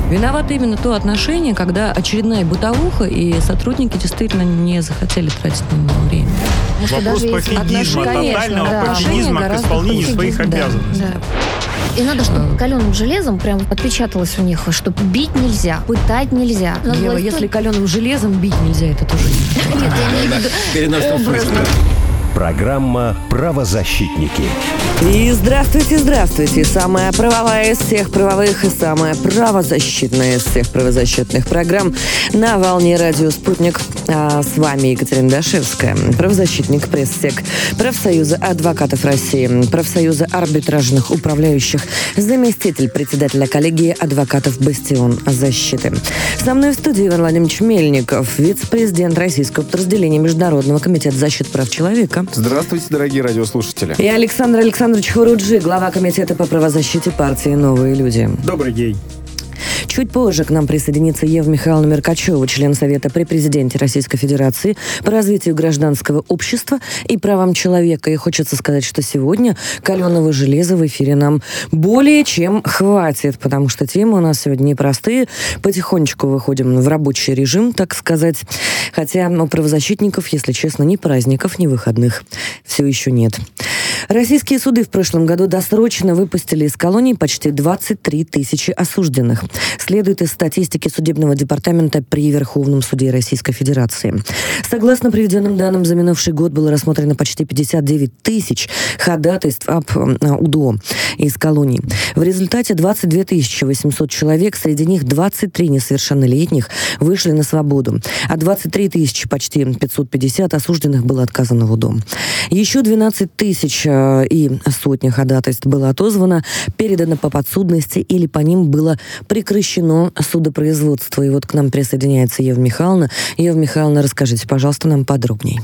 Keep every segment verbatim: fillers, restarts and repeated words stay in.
Виновато именно то отношение, когда очередная бытовуха, и сотрудники действительно не захотели тратить на него время. Вопрос пофигизма, тотального да, пофигизма к исполнению своих да, обязанностей. Да. И надо, чтобы каленым железом прям отпечаталось у них, что бить нельзя, пытать нельзя. Надо Ева, если то... каленым железом бить нельзя, это тоже не... Нет, я имею в виду образно. Программа «Правозащитники». И здравствуйте, здравствуйте. Самая правовая из всех правовых и самая правозащитная из всех правозащитных программ на волне радио «Спутник». А с вами Екатерина Дашевская, правозащитник, пресс-сек профсоюза адвокатов России, профсоюза арбитражных управляющих, заместитель председателя коллегии адвокатов «Бастион защиты». Со мной в студии Иван Владимирович Мельников, вице-президент российского подразделения Международного комитета защиты прав человека. Здравствуйте, дорогие радиослушатели. И Александр Александрович Хуруджи, глава комитета по правозащите партии «Новые люди». Добрый день. Чуть позже к нам присоединится Ева Михайловна Меркачева, член Совета при президенте Российской Федерации по развитию гражданского общества и правам человека. И хочется сказать, что сегодня каленого железа в эфире нам более чем хватит, потому что темы у нас сегодня непростые. Потихонечку выходим в рабочий режим, так сказать. Хотя у правозащитников, если честно, ни праздников, ни выходных все еще нет. Российские суды в прошлом году досрочно выпустили из колоний почти двадцать три тысячи осужденных. Следует из статистики Судебного департамента при Верховном суде Российской Федерации. Согласно приведенным данным, за минувший год было рассмотрено почти пятьдесят девять тысяч ходатайств об УДО из колоний. В результате двадцать две тысячи восемьсот человек, среди них двадцать три несовершеннолетних, вышли на свободу, а двадцать три тысячи, почти пятьсот пятьдесят осужденных было отказано в УДО. Еще двенадцать тысяч и сотня ходатайств было отозвано, передано по подсудности или по ним было прекращено судопроизводство. И вот к нам присоединяется Ева Михайловна. Ева Михайловна, расскажите, пожалуйста, нам подробнее.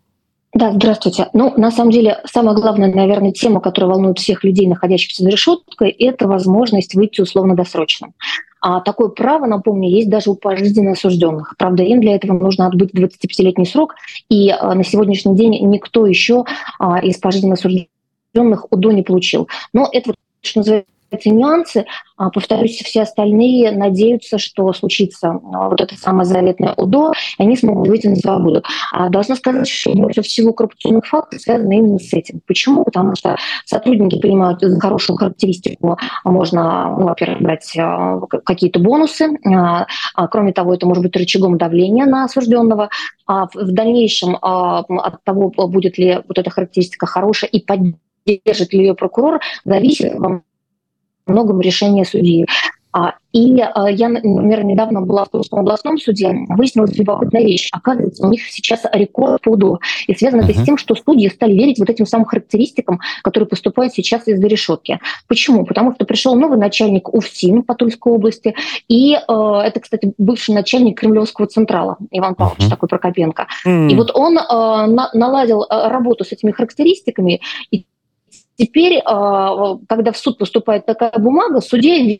Да, здравствуйте. Ну, на самом деле, самая главная, наверное, тема, которая волнует всех людей, находящихся за решеткой, это возможность выйти условно-досрочно. А такое право, напомню, есть даже у пожизненно осужденных. Правда, им для этого нужно отбыть двадцатипятилетний срок, и а, на сегодняшний день никто еще а, из пожизненно осужденных УДО не получил. Но это, что называется, эти нюансы, повторюсь, все остальные надеются, что случится вот это самое заветное УДО, и они смогут выйти на свободу. А должна сказать, что больше всего коррупционных фактов связано именно с этим. Почему? Потому что сотрудники понимают, за хорошую характеристику можно, ну, во-первых, брать какие-то бонусы. Кроме того, это может быть рычагом давления на осужденного. В дальнейшем от того, будет ли вот эта характеристика хорошая и поддержит ли ее прокурор, зависит во многом решение судьи. И я, например, недавно была в Тульском областном суде, выяснилась любопытная вещь. Оказывается, у них сейчас рекорд по УДО. И связано uh-huh. это с тем, что судьи стали верить вот этим самым характеристикам, которые поступают сейчас из-за решетки. Почему? Потому что пришел новый начальник УФСИН по Тульской области, и э, это, кстати, бывший начальник Кремлевского Централа, Иван Павлович uh-huh. такой Прокопенко. Uh-huh. И вот он э, на, наладил работу с этими характеристиками, и теперь, когда в суд поступает такая бумага, судья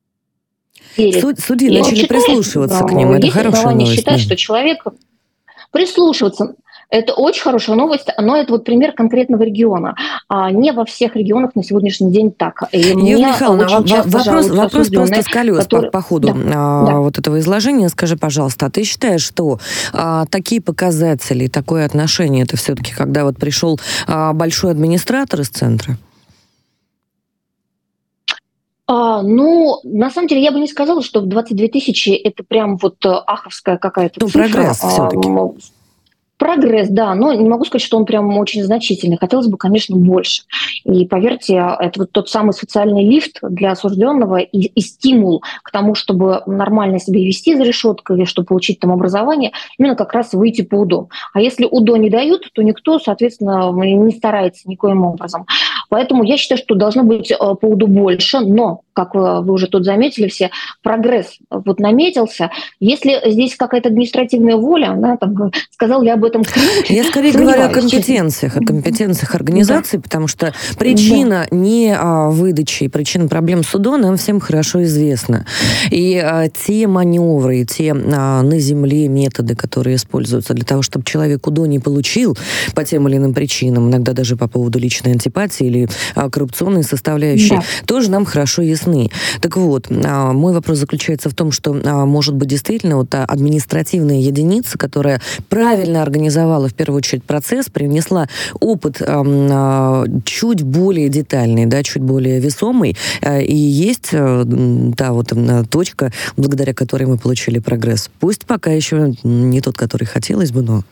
верит. Суд, судьи начали считает, прислушиваться да, к ним. Это хорошая новость. Считать, что человек прислушиваться. Это очень хорошая новость, но это вот пример конкретного региона. А не во всех регионах на сегодняшний день так. Ева Михайловна, вопрос, вопрос просто с колес которые... по, по ходу да, а, да. вот этого изложения. Скажи, пожалуйста, а ты считаешь, что а, такие показатели, такое отношение, это все-таки когда вот пришел а, большой администратор из центра? А, ну, на самом деле, я бы не сказала, что двадцать две тысячи это прям вот аховская какая-то ну, цифра. Прогресс все-таки. А, Прогресс, да, но не могу сказать, что он прям очень значительный. Хотелось бы, конечно, больше. И поверьте, это вот тот самый социальный лифт для осужденного и, и стимул к тому, чтобы нормально себя вести за решеткой, или чтобы получить там образование, именно как раз выйти по УДО. А если УДО не дают, то никто, соответственно, не старается никоим образом. Поэтому я считаю, что должно быть по УДО больше, но, как вы уже тут заметили все, прогресс вот наметился. Если здесь какая-то административная воля, да, там, сказал я об этом кринж, я скорее говорю о компетенциях, о компетенциях организации, да. Потому что причина да. не а, выдачи, причина проблем суда нам всем хорошо известна. И а, те маневры, и те а, на земле методы, которые используются для того, чтобы человек УДО не получил по тем или иным причинам, иногда даже по поводу личной антипатии или а, коррупционной составляющей, да. тоже нам хорошо ясны. ясны. Так вот, мой вопрос заключается в том, что, может быть, действительно, вот та административная единица, которая правильно организовала, в первую очередь, процесс, принесла опыт чуть более детальный, да, чуть более весомый, и есть та вот точка, благодаря которой мы получили прогресс. Пусть пока еще не тот, который хотелось бы, но...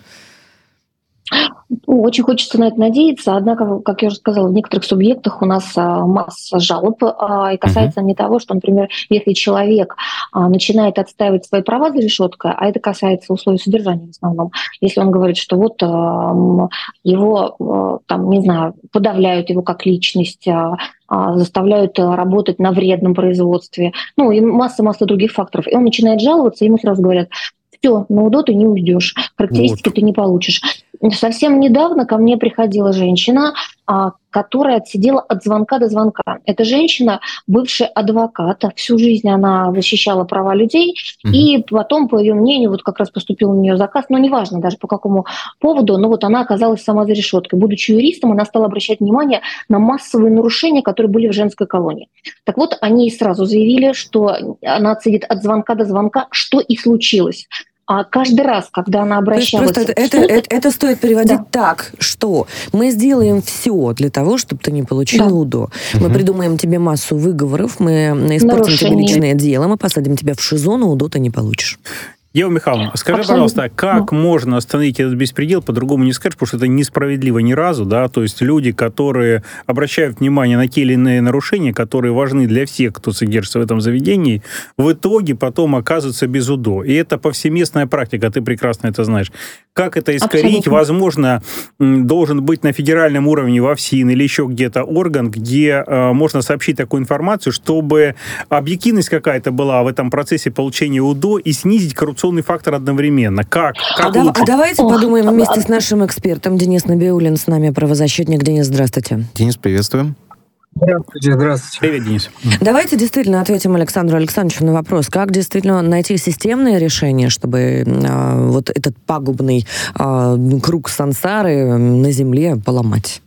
Очень хочется на это надеяться, однако, как я уже сказала, в некоторых субъектах у нас а, масса жалоб, а, и касается uh-huh. не того, что, например, если человек а, начинает отстаивать свои права за решеткой, а это касается условий содержания в основном, если он говорит, что вот а, его, а, там, не знаю, подавляют его как личность, а, а, заставляют работать на вредном производстве, ну и масса-масса других факторов, и он начинает жаловаться, ему сразу говорят: все, на УДО ты не уйдешь, характеристики вот. Ты не получишь. Совсем недавно ко мне приходила женщина, которая отсидела от звонка до звонка. Эта женщина, бывший адвокат, всю жизнь она защищала права людей, mm-hmm. и потом, по ее мнению, вот как раз поступил на нее заказ, но неважно даже по какому поводу, но вот она оказалась сама за решеткой. Будучи юристом, она стала обращать внимание на массовые нарушения, которые были в женской колонии. Так вот, они сразу заявили, что она отсидит от звонка до звонка, что и случилось. А каждый раз, когда она обращалась... То есть просто это, это, это стоит переводить да. так, что мы сделаем все для того, чтобы ты не получила да. УДО. Угу. Мы придумаем тебе массу выговоров, мы испортим Нарушение. тебе личное дело, мы посадим тебя в ШИЗО, но УДО ты не получишь. Ева Михайловна, скажи, Абсолютно. пожалуйста, как ну. можно остановить этот беспредел? По-другому не скажешь, потому что это несправедливо ни разу, да, то есть люди, которые обращают внимание на те или иные нарушения, которые важны для всех, кто содержится в этом заведении, в итоге потом оказываются без УДО. И это повсеместная практика, ты прекрасно это знаешь. Как это искоренить? Абсолютно. Возможно, должен быть на федеральном уровне в ОФСИН или еще где-то орган, где э, можно сообщить такую информацию, чтобы объективность какая-то была в этом процессе получения УДО и снизить коррупционную фактор одновременно. Как? как а, да, а давайте Ох, подумаем вместе с нашим экспертом. Денис Набиуллин с нами, правозащитник. Денис, здравствуйте. Денис, приветствуем. Здравствуйте, здравствуйте. Привет, Денис. Давайте действительно ответим Александру Александровичу на вопрос. Как действительно найти системное решение, чтобы э, вот этот пагубный э, круг сансары на земле поломать?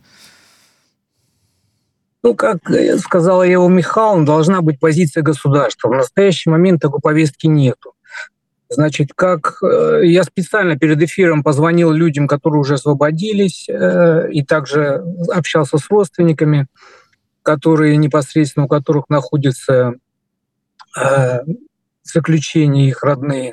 Ну, как сказала Ева Михайловна, должна быть позиция государства. В настоящий момент такой повестки нету. Значит, как э, я специально перед эфиром позвонил людям, которые уже освободились, э, и также общался с родственниками, которые непосредственно, у которых находятся э, в заключении их родные.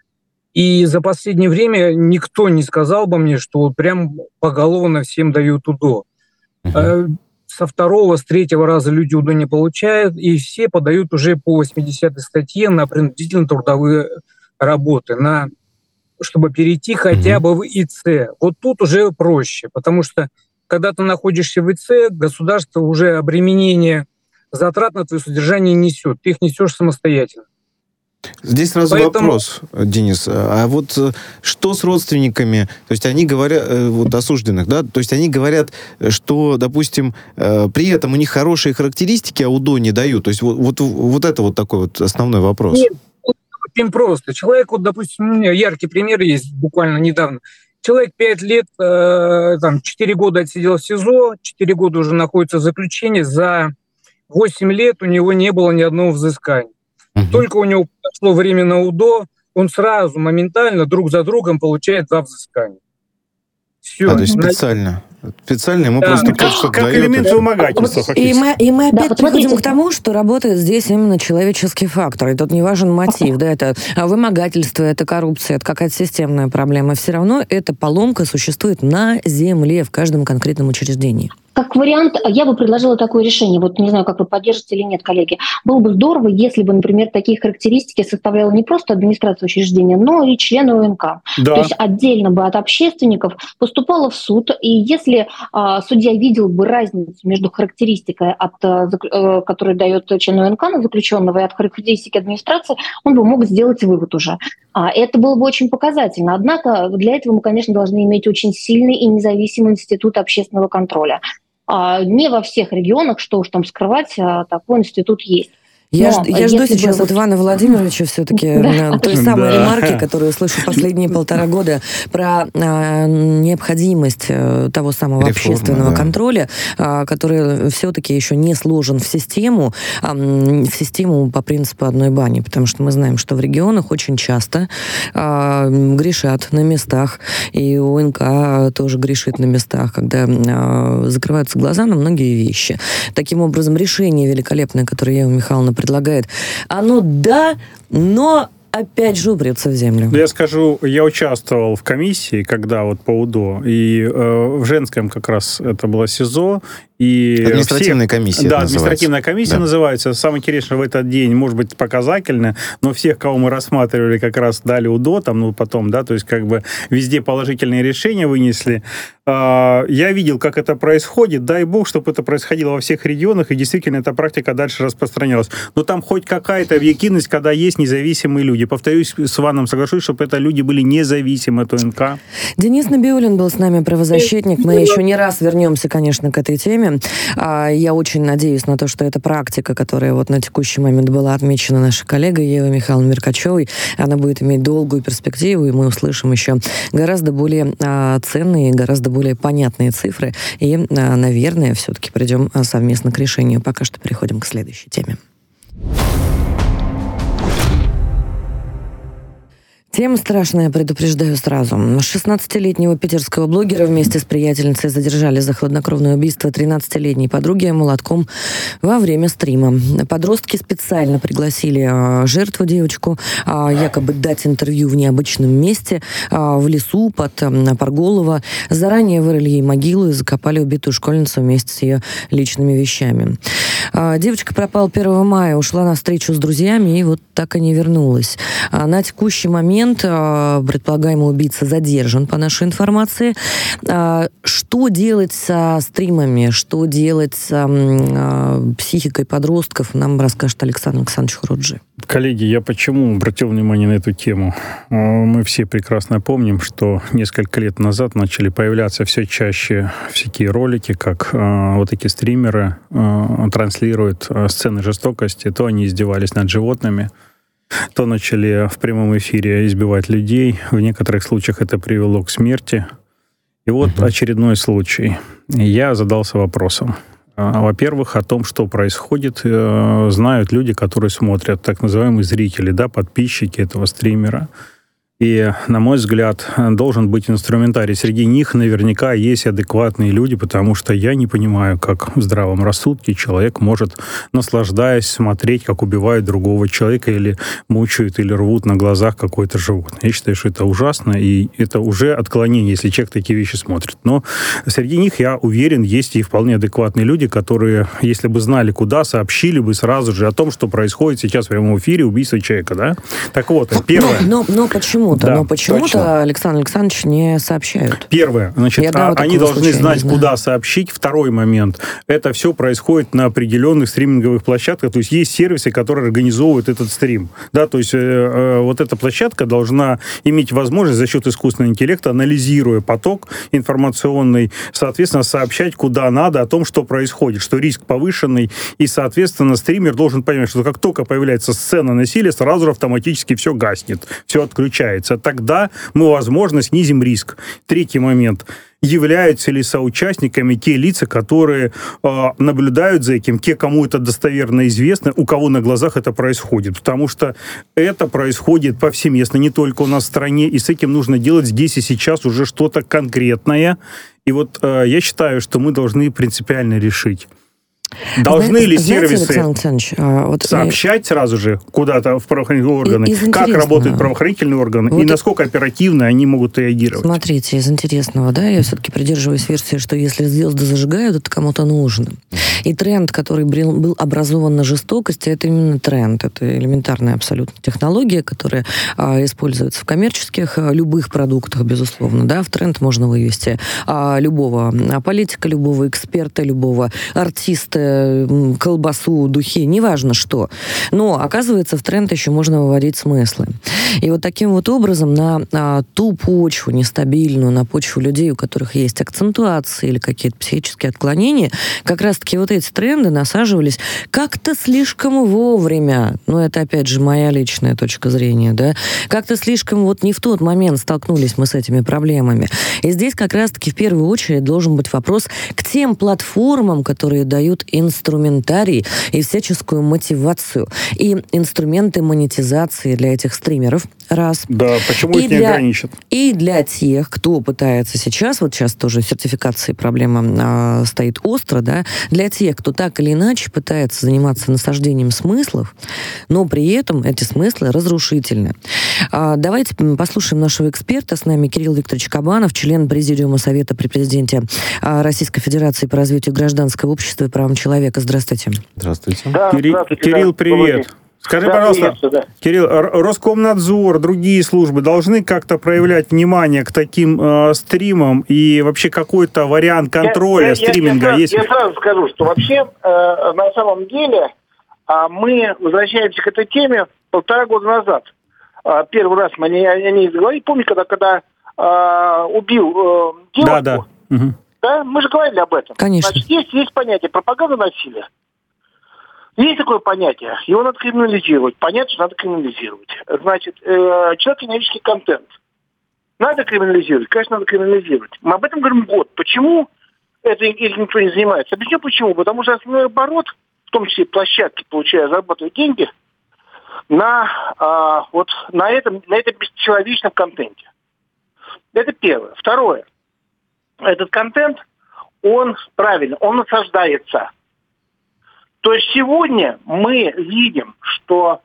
И за последнее время никто не сказал бы мне, что прям поголовно всем дают УДО. Uh-huh. Э, со второго, с третьего раза люди УДО не получают, и все подают уже по восьмидесятой статье на принудительно-трудовые работы, на, чтобы перейти хотя бы в ИЦ. Вот тут уже проще, потому что когда ты находишься в ИЦ, государство уже обременение затрат на твое содержание несет. Ты их несешь самостоятельно. Здесь сразу Поэтому... вопрос, Денис. А вот что с родственниками? То есть они говорят, вот осужденных, да? То есть они говорят, что, допустим, при этом у них хорошие характеристики, а УДО не дают. То есть вот, вот, вот это вот такой вот основной вопрос. Нет. Очень просто. Человек, вот, допустим, у меня яркий пример есть буквально недавно. Человек пять лет, э, там, четыре года отсидел в СИЗО, четыре года уже находится в заключении, за восемь лет у него не было ни одного взыскания. Uh-huh. Только у него прошло время на УДО, он сразу, моментально, друг за другом получает два взыскания. Все. А, то есть специально? Специально ему да. просто как, что-то как дает. элемент вымогательства. И мы, и мы опять да, приходим к тому, что работает здесь именно человеческий фактор. И тут не важен мотив. Да, это вымогательство, это коррупция, это какая-то системная проблема. Все равно эта поломка существует на земле в каждом конкретном учреждении. Как вариант, я бы предложила такое решение. Вот не знаю, как вы поддержите или нет, коллеги. Было бы здорово, если бы, например, такие характеристики составляла не просто администрация учреждения, но и члены ОНК. Да. То есть отдельно бы от общественников поступало в суд. И если а, судья видел бы разницу между характеристикой, от, а, которую дает член ОНК на заключенного, и от характеристики администрации, он бы мог сделать вывод уже. А, это было бы очень показательно. Однако для этого мы, конечно, должны иметь очень сильный и независимый институт общественного контроля. Не во всех регионах, что уж там скрывать, такой институт есть. Я, Но ж, я жду если сейчас бы- от Ивана Владимировича все-таки Да. той самой Да. ремарки, которую слышу последние полтора года, про а, необходимость э, того самого Реформы, общественного да. контроля, а, который все-таки еще не сложен в систему, а, м, в систему по принципу одной бани, потому что мы знаем, что в регионах очень часто а, грешат на местах, и ОНК тоже грешит на местах, когда а, закрываются глаза на многие вещи. Таким образом, решение великолепное, которое Ева Михайловна предлагает, оно да, но опять же упрется в землю. Я скажу, я участвовал в комиссии, когда вот по УДО, и э, в женском как раз это было СИЗО, и Административная всех- комиссия Да, это административная называется. комиссия Да. называется. Самое интересное в этот день, может быть, показательно, но всех, кого мы рассматривали, как раз дали УДО, там, ну, потом, да, то есть как бы везде положительные решения вынесли. А, я видел, как это происходит. Дай бог, чтобы это происходило во всех регионах, и действительно эта практика дальше распространялась. Но там хоть какая-то объективность, когда есть независимые люди. Повторюсь, с Иваном соглашусь, чтобы это люди были независимы от ОНК. Денис Набиуллин был с нами, правозащитник. Мы еще не раз вернемся, конечно, к этой теме. А, Я очень надеюсь на то, что эта практика, которая вот на текущий момент была отмечена нашей коллегой Евой Михайловной Меркачевой, она будет иметь долгую перспективу, и мы услышим еще гораздо более а, ценные, гораздо более понятные цифры. И, а, наверное, все-таки придем а, совместно к решению. Пока что переходим к следующей теме. Тема страшная, предупреждаю сразу. шестнадцатилетнего питерского блогера вместе с приятельницей задержали за хладнокровное убийство тринадцатилетней подруги молотком во время стрима. Подростки специально пригласили а, жертву, девочку, а, якобы дать интервью в необычном месте, а, в лесу под а, Парголово. Заранее вырыли ей могилу и закопали убитую школьницу вместе с ее личными вещами. А, девочка пропала первого мая, ушла на встречу с друзьями и вот так и не вернулась. А, на текущий момент предполагаемый убийца задержан, по нашей информации. Что делать со стримами, что делать с психикой подростков, нам расскажет Александр Александрович Хуруджи. Коллеги, я почему обратил внимание на эту тему? Мы все прекрасно помним, что несколько лет назад начали появляться все чаще всякие ролики, как вот такие стримеры транслируют сцены жестокости, то они издевались над животными, то начали в прямом эфире избивать людей. В некоторых случаях это привело к смерти. И вот uh-huh. очередной случай. Я задался вопросом. Во-первых, о том, что происходит, знают люди, которые смотрят, так называемые зрители, да, подписчики этого стримера. И, на мой взгляд, должен быть инструментарий. Среди них наверняка есть адекватные люди, потому что я не понимаю, как в здравом рассудке человек может, наслаждаясь, смотреть, как убивают другого человека или мучают, или рвут на глазах какое-то животное. Я считаю, что это ужасно, и это уже отклонение, если человек такие вещи смотрит. Но среди них, я уверен, есть и вполне адекватные люди, которые, если бы знали, куда, сообщили бы сразу же о том, что происходит сейчас в прямом эфире, убийство человека, да? Так вот, первое... Но, но, но почему? Почему-то, да, но почему-то точно. Александр Александрович не сообщают. Первое, значит, а, они должны знать, куда сообщить. Второй момент, это все происходит на определенных стриминговых площадках, то есть есть сервисы, которые организовывают этот стрим. Да, то есть э, э, вот эта площадка должна иметь возможность за счет искусственного интеллекта, анализируя поток информационный, соответственно, сообщать, куда надо, о том, что происходит, что риск повышенный, и, соответственно, стример должен понимать, что как только появляется сцена насилия, сразу же автоматически все гаснет, все отключается. Тогда мы, возможно, снизим риск. Третий момент. Являются ли соучастниками те лица, которые э, наблюдают за этим, те, кому это достоверно известно, у кого на глазах это происходит. Потому что это происходит повсеместно, не только у нас в стране, и с этим нужно делать здесь и сейчас уже что-то конкретное. И вот э, я считаю, что мы должны принципиально решить, должны Знаете, ли сервисы знаете, а, вот сообщать я... сразу же куда-то в правоохранительные органы, из как работают правоохранительные органы вот и насколько оперативно они могут реагировать? Смотрите, из интересного, да, я все-таки придерживаюсь версии, что если звезды зажигают, это кому-то нужно. И тренд, который был образован на жестокости, это именно тренд. Это элементарная абсолютно технология, которая а, используется в коммерческих а, любых продуктах, безусловно. Да, в тренд можно вывести а, любого а, политика, любого эксперта, любого артиста, просто колбасу, духи, неважно что. Но, оказывается, в тренд еще можно выводить смыслы. И вот таким вот образом на, на ту почву нестабильную, на почву людей, у которых есть акцентуации или какие-то психические отклонения, как раз-таки вот эти тренды насаживались как-то слишком вовремя. Ну, это, опять же, моя личная точка зрения, да. Как-то слишком вот не в тот момент столкнулись мы с этими проблемами. И здесь как раз-таки в первую очередь должен быть вопрос к тем платформам, которые дают инструментарий и всяческую мотивацию, и инструменты монетизации для этих стримеров, раз. Да, почему и их не для, ограничат? И для тех, кто пытается сейчас, вот сейчас тоже сертификации проблема а, стоит остро, да, для тех, кто так или иначе пытается заниматься насаждением смыслов, но при этом эти смыслы разрушительны. А, давайте послушаем нашего эксперта. С нами Кирилл Викторович Кабанов, член Президиума Совета при президенте Российской Федерации по развитию гражданского общества и правам человека. Здравствуйте. Здравствуйте. Да, Кири... здравствуйте, Кирилл, да, привет. Скажи, да, пожалуйста, да. Кирилл, Роскомнадзор, другие службы должны как-то проявлять внимание к таким э, стримам и вообще какой-то вариант контроля я, стриминга я, я, есть? Я сразу скажу, что вообще э, на самом деле э, мы возвращаемся к этой теме полтора года назад. Э, первый раз мы не, о ней заговорили. Помните, когда, когда э, убил э, девушку? Да, да. Угу. Да? Мы же говорили об этом. Конечно. Значит, есть, есть понятие пропаганда насилия. Есть такое понятие, его надо криминализировать. Понятно, что надо криминализировать. Значит, э, человек-генерический контент. Надо криминализировать? Конечно, надо криминализировать. Мы об этом говорим год. Почему это или никто не занимается? Объясню почему. Потому что основной оборот, в том числе площадки, получая, зарабатывают деньги, на, э, вот, на, этом, на этом бесчеловечном контенте. Это первое. Второе. Этот контент, он правильно, он насаждается. То есть сегодня мы видим, что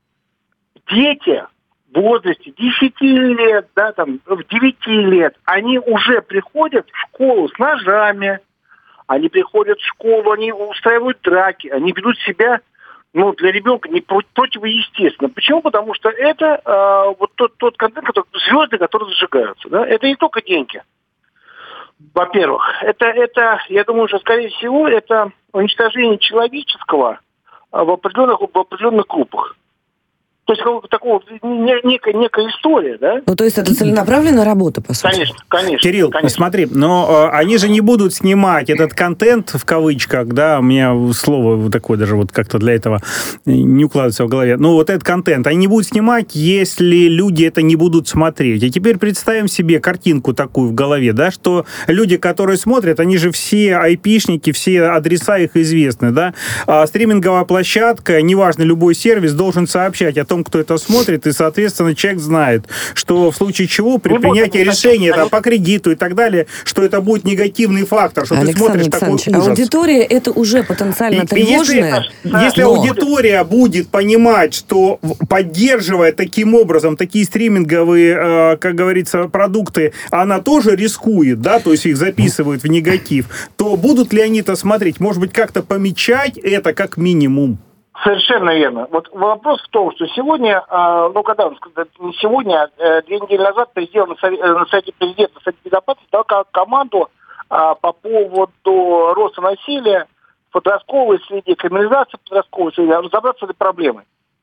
дети в возрасте десяти лет, да, там, девяти лет, они уже приходят в школу с ножами, они приходят в школу, они устраивают драки, они ведут себя, ну, для ребенка не противоестественно. Почему? Потому что это э, вот тот, тот контент, который, звезды, которые зажигаются. Да? Это не только деньги. Во-первых, это, это, я думаю, что, скорее всего, это уничтожение человеческого в определенных, в определенных группах. То есть такого, некая, некая история, да? Ну, то есть это целенаправленная работа, по сути? Конечно, конечно. Кирилл, конечно. смотри, но э, они же не будут снимать этот контент, в кавычках, да, у меня слово такое даже вот как-то для этого не укладывается в голове. Ну, вот этот контент, они не будут снимать, если люди это не будут смотреть. И теперь представим себе картинку такую в голове, да, что люди, которые смотрят, они же все айпишники, все адреса их известны, да. А стриминговая площадка, неважно, любой сервис должен сообщать о том, кто это смотрит, и, соответственно, человек знает, что в случае чего при не принятии буду, решения конечно. там, по кредиту и так далее, что это будет негативный фактор, что Александр ты смотришь такой ужас. аудитория это уже потенциально И- и тревожная. Если, если но- аудитория будет понимать, что в- поддерживая таким образом такие стриминговые, э, как говорится, продукты, она тоже рискует, да, то есть их записывают в негатив, то будут ли они это смотреть? Может быть, как-то помечать это как минимум? Совершенно верно. Вот вопрос в том, что сегодня, э, ну когда он сказал, не сегодня, а две недели назад президент на, совет, на сайте президента, на сайте безопасности дал команду э, по поводу роста насилия в подростковой среде, криминализации подростковой среды, разобраться с этой проблемой.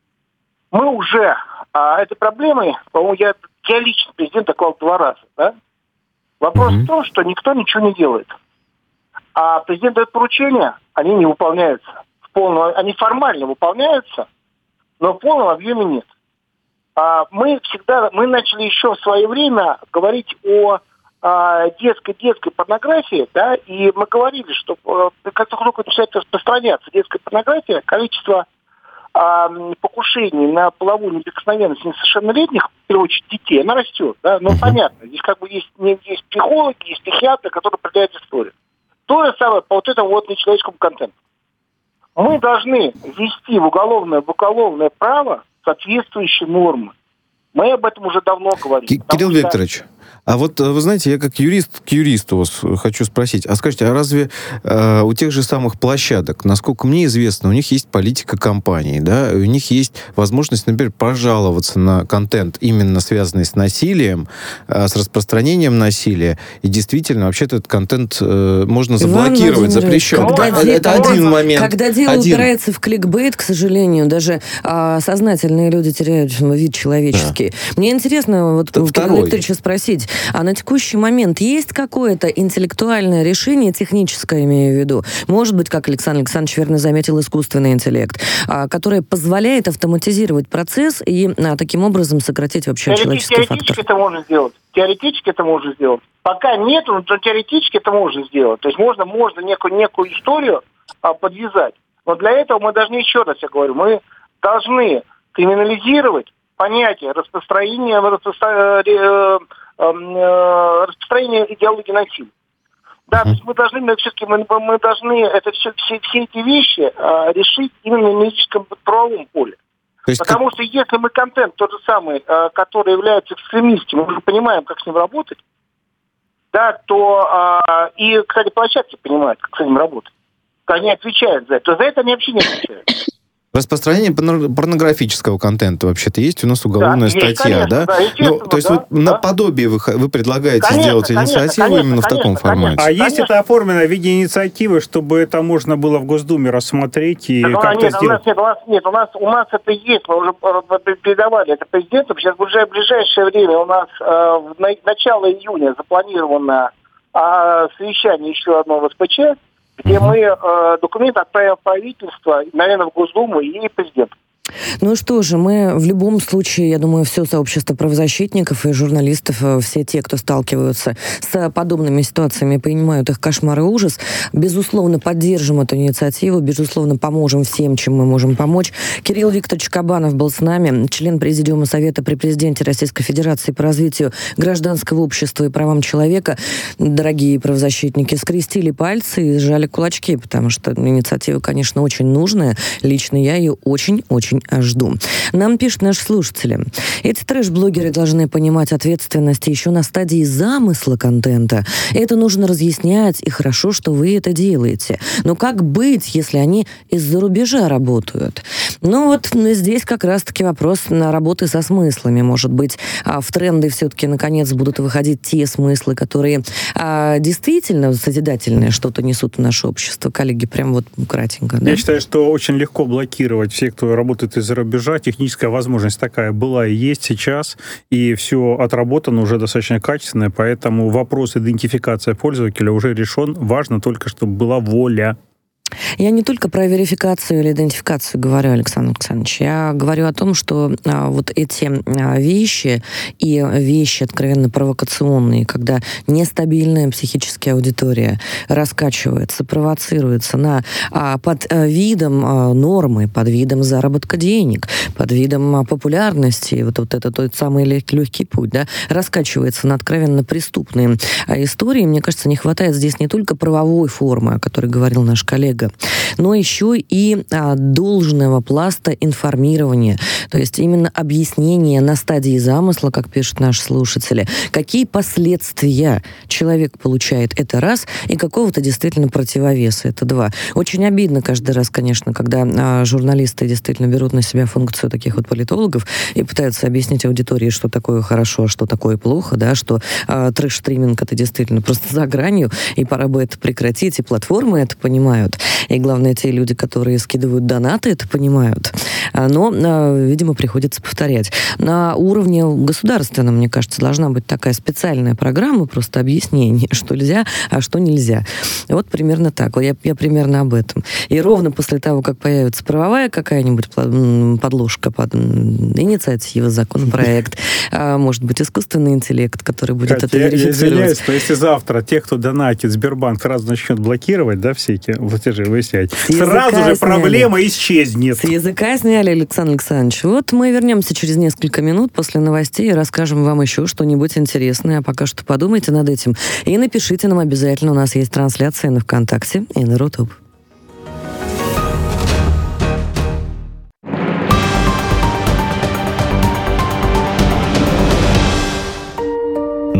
Мы уже э, этой проблемой, по-моему, я, я лично президент такого два раза, да? Вопрос mm-hmm. в том, что никто ничего не делает. А президент дает поручения, они не выполняются. Полного, они формально выполняются, но в полном объеме нет. А мы всегда, мы начали еще в свое время говорить о а, детской детской порнографии, да, и мы говорили, что а, как только начинает распространяться детская порнография, количество а, покушений на половую неприкосновенность несовершеннолетних, в первую очередь детей, она растет, да, но понятно, здесь как бы есть, есть психологи, есть психиатры, которые определяют историю. То же самое по вот этому вот нечеловеческому контенту. Мы должны ввести в уголовное, в уголовное право соответствующие нормы. Мы об этом уже давно говорим. Кирилл что... Викторович, А вот, вы знаете, я как юрист к юристу вас хочу спросить. А скажите, а разве э, у тех же самых площадок, насколько мне известно, у них есть политика компании, да, у них есть возможность, например, пожаловаться на контент, именно связанный с насилием, э, с распространением насилия, и действительно, вообще-то этот контент э, можно заблокировать, запрещен. Когда это, де- это один момент. Когда дело один. упирается в кликбейт, к сожалению, даже а, сознательные люди теряют вид человеческий. Да. Мне интересно, вот Кирилл Викторовича спросить, а на текущий момент есть какое-то интеллектуальное решение, техническое имею в виду, может быть, как Александр Александрович верно заметил, искусственный интеллект, а, которое позволяет автоматизировать процесс и а, таким образом сократить вообще человеческий фактор? Теоретически это можно сделать. Теоретически это можно сделать. Пока нет, но теоретически это можно сделать. То есть можно, можно некую, некую историю а, подвязать. Но для этого мы должны, еще раз я говорю, мы должны криминализировать понятие распространения, распространения, распространения идеологии насилия. Да, mm-hmm. то есть мы должны, мы, все-таки мы, мы должны это все, все, все эти вещи а, решить именно в юридическом правовом поле. То есть Потому как... что если мы контент тот же самый, а, который является экстремистским, мы уже понимаем, как с ним работать, да, то а, и, кстати, площадки понимают, как с ним работать. Они отвечают за это, то за это они вообще не отвечают. Распространение порнографического контента вообще-то есть у нас уголовная да, статья, есть, конечно, да? да ну, то есть да, вот да. наподобие вы, вы предлагаете конечно, сделать конечно, инициативу конечно, именно конечно, в таком конечно, формате? А конечно. есть это оформлено в виде инициативы, чтобы это можно было в Госдуме рассмотреть и так, как-то нет, сделать? У нас, нет, у нас нет, у нас у нас это есть, мы уже передавали это президенту. Сейчас уже в ближайшее время у нас э, в начало июня запланировано э, совещание еще одно в эс пэ че, где мы э, документ отправим в правительство, наверное, в Госдуму и президенту. Ну что же, мы в любом случае, я думаю, все сообщество правозащитников и журналистов, все те, кто сталкиваются с подобными ситуациями, понимают их кошмар и ужас, безусловно, поддержим эту инициативу, безусловно, поможем всем, чем мы можем помочь. Кирилл Викторович Кабанов был с нами, член Президиума Совета при Президенте Российской Федерации по развитию гражданского общества и правам человека. Дорогие правозащитники, скрестили пальцы и сжали кулачки, потому что инициатива, конечно, очень нужная. Лично я ее очень-очень жду. Нам пишут наши слушатели. Эти трэш-блогеры должны понимать ответственность еще на стадии замысла контента. Это нужно разъяснять, и хорошо, что вы это делаете. Но как быть, если они из-за рубежа работают? Ну вот здесь как раз-таки вопрос на работы со смыслами. Может быть, в тренды все-таки наконец будут выходить те смыслы, которые а, действительно созидательные что-то несут в наше общество. Коллеги, прям вот кратенько. Да? Я считаю, что очень легко блокировать всех, кто работает из-за рубежа. Техническая возможность такая была и есть сейчас, и все отработано уже достаточно качественно, поэтому вопрос идентификации пользователя уже решен. Важно только, чтобы была воля. Я не только про верификацию или идентификацию говорю, Александр Александрович. Я говорю о том, что а, вот эти а, вещи и вещи откровенно провокационные, когда нестабильная психическая аудитория раскачивается, провоцируется на, а, под а, видом а, нормы, под видом заработка денег, под видом а, популярности, вот, вот это тот самый легкий, легкий путь, да, раскачивается на откровенно преступные а, истории. Мне кажется, не хватает здесь не только правовой формы, о которой говорил наш коллега, но еще и а, должного пласта информирования, то есть именно объяснение на стадии замысла, как пишут наши слушатели, какие последствия человек получает, это раз, и какого-то действительно противовеса, это два. Очень обидно каждый раз, конечно, когда а, журналисты действительно берут на себя функцию таких вот политологов и пытаются объяснить аудитории, что такое хорошо, а что такое плохо, да, что а, трэш-стриминг это действительно просто за гранью, и пора бы это прекратить, и платформы это понимают. И главное, те люди, которые скидывают донаты, это понимают. Но, видимо, приходится повторять. На уровне государственном, мне кажется, должна быть такая специальная программа, просто объяснение, что нельзя, а что нельзя. Вот примерно так. Я, я примерно об этом. И ровно после того, как появится правовая какая-нибудь подложка под инициатива, законопроект, может быть, искусственный интеллект, который будет Катя, это верифицировать. Я извиняюсь, но если завтра те, кто донатит, Сбербанк сразу начнет блокировать, да, все эти платежи выяснять, сразу же сняли. Проблема исчезнет. С языка сняли, Александр Александрович. Вот мы вернемся через несколько минут после новостей и расскажем вам еще что-нибудь интересное. А пока что подумайте над этим. И напишите нам обязательно. У нас есть трансляция на ВКонтакте и на Рутуб.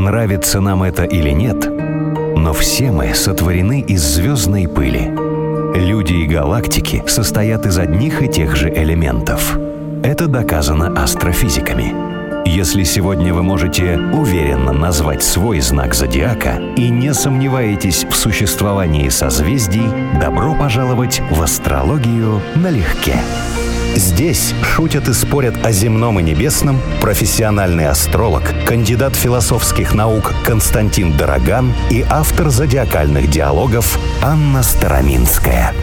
Нравится нам это или нет, но все мы сотворены из звездной пыли. Люди и галактики состоят из одних и тех же элементов. Это доказано астрофизиками. Если сегодня вы можете уверенно назвать свой знак зодиака и не сомневаетесь в существовании созвездий, добро пожаловать в астрологию налегке. Здесь шутят и спорят о земном и небесном профессиональный астролог, кандидат философских наук Константин Дороган и автор зодиакальных диалогов Анна Староминская.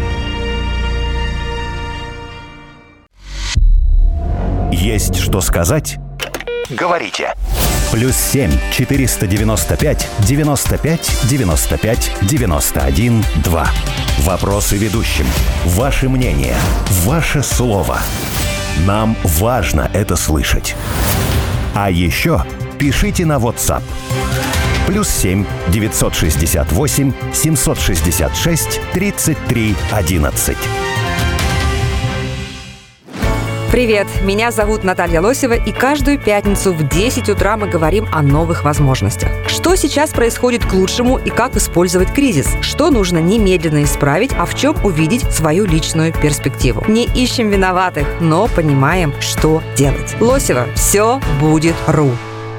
Есть что сказать? Говорите. Плюс семь четыреста девяносто пять девяносто пять девяносто пять девяносто один два. Вопросы ведущим. Ваше мнение. Ваше слово. Нам важно это слышать. А еще пишите на WhatsApp. Плюс семь девятьсот шестьдесят восемь семьсот шестьдесят шесть тридцать три одиннадцать. Привет, меня зовут Наталья Лосева, и каждую пятницу в десять утра мы говорим о новых возможностях. Что сейчас происходит к лучшему и как использовать кризис? Что нужно немедленно исправить, а в чем увидеть свою личную перспективу? Не ищем виноватых, но понимаем, что делать. Лосева, все будет ру.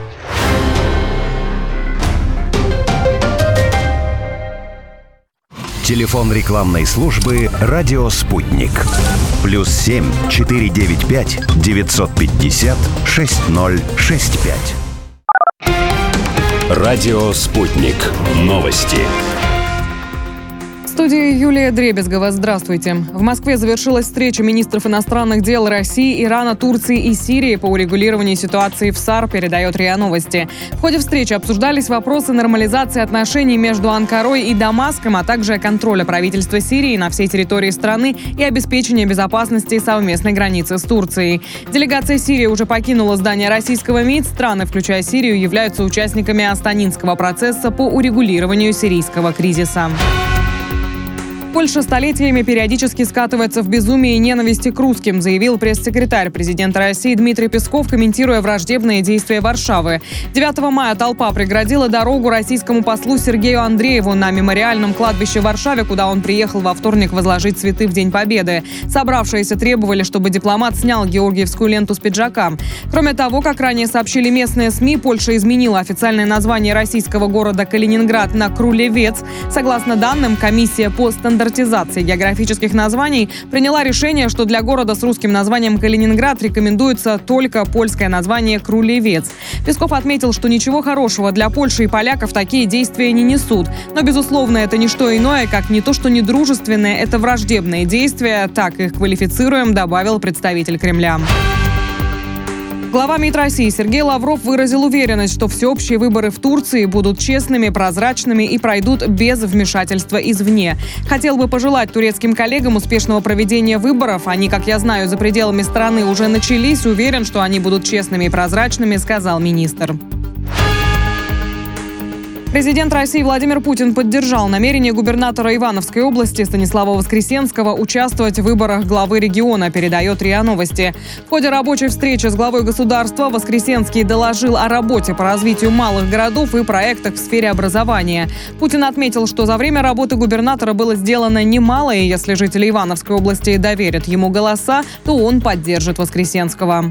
Телефон рекламной службы «Радио Спутник». Плюс семь четыреста девяносто пять девятьсот пятьдесят шесть ноль шесть пять. «Радио Спутник». Новости. В студии Юлия Дребезгова. Здравствуйте. В Москве завершилась встреча министров иностранных дел России, Ирана, Турции и Сирии по урегулированию ситуации в САР, передает РИА Новости. В ходе встречи обсуждались вопросы нормализации отношений между Анкарой и Дамаском, а также контроля правительства Сирии на всей территории страны и обеспечения безопасности совместной границы с Турцией. Делегация Сирии уже покинула здание российского МИД. Страны, включая Сирию, являются участниками Астанинского процесса по урегулированию сирийского кризиса. Польша столетиями периодически скатывается в безумие и ненависти к русским, заявил пресс-секретарь президента России Дмитрий Песков, комментируя враждебные действия Варшавы. девятого мая толпа преградила дорогу российскому послу Сергею Андрееву на мемориальном кладбище в Варшаве, куда он приехал во вторник возложить цветы в День Победы. Собравшиеся требовали, чтобы дипломат снял георгиевскую ленту с пиджака. Кроме того, как ранее сообщили местные СМИ, Польша изменила официальное название российского города Калининград на Крулевец. Согласно данным, комиссия по стандартизации стандартизации географических названий приняла решение, что для города с русским названием Калининград рекомендуется только польское название Крулевец. Песков отметил, что ничего хорошего для Польши и поляков такие действия не несут. Но, безусловно, это не что иное, как не то, что недружественные, это враждебные действия. Так их квалифицируем, добавил представитель Кремля. Глава МИД России Сергей Лавров выразил уверенность, что всеобщие выборы в Турции будут честными, прозрачными и пройдут без вмешательства извне. Хотел бы пожелать турецким коллегам успешного проведения выборов. Они, как я знаю, за пределами страны уже начались. Уверен, что они будут честными и прозрачными, сказал министр. Президент России Владимир Путин поддержал намерение губернатора Ивановской области Станислава Воскресенского участвовать в выборах главы региона, передает РИА Новости. В ходе рабочей встречи с главой государства Воскресенский доложил о работе по развитию малых городов и проектах в сфере образования. Путин отметил, что за время работы губернатора было сделано немало, и если жители Ивановской области доверят ему голоса, то он поддержит Воскресенского.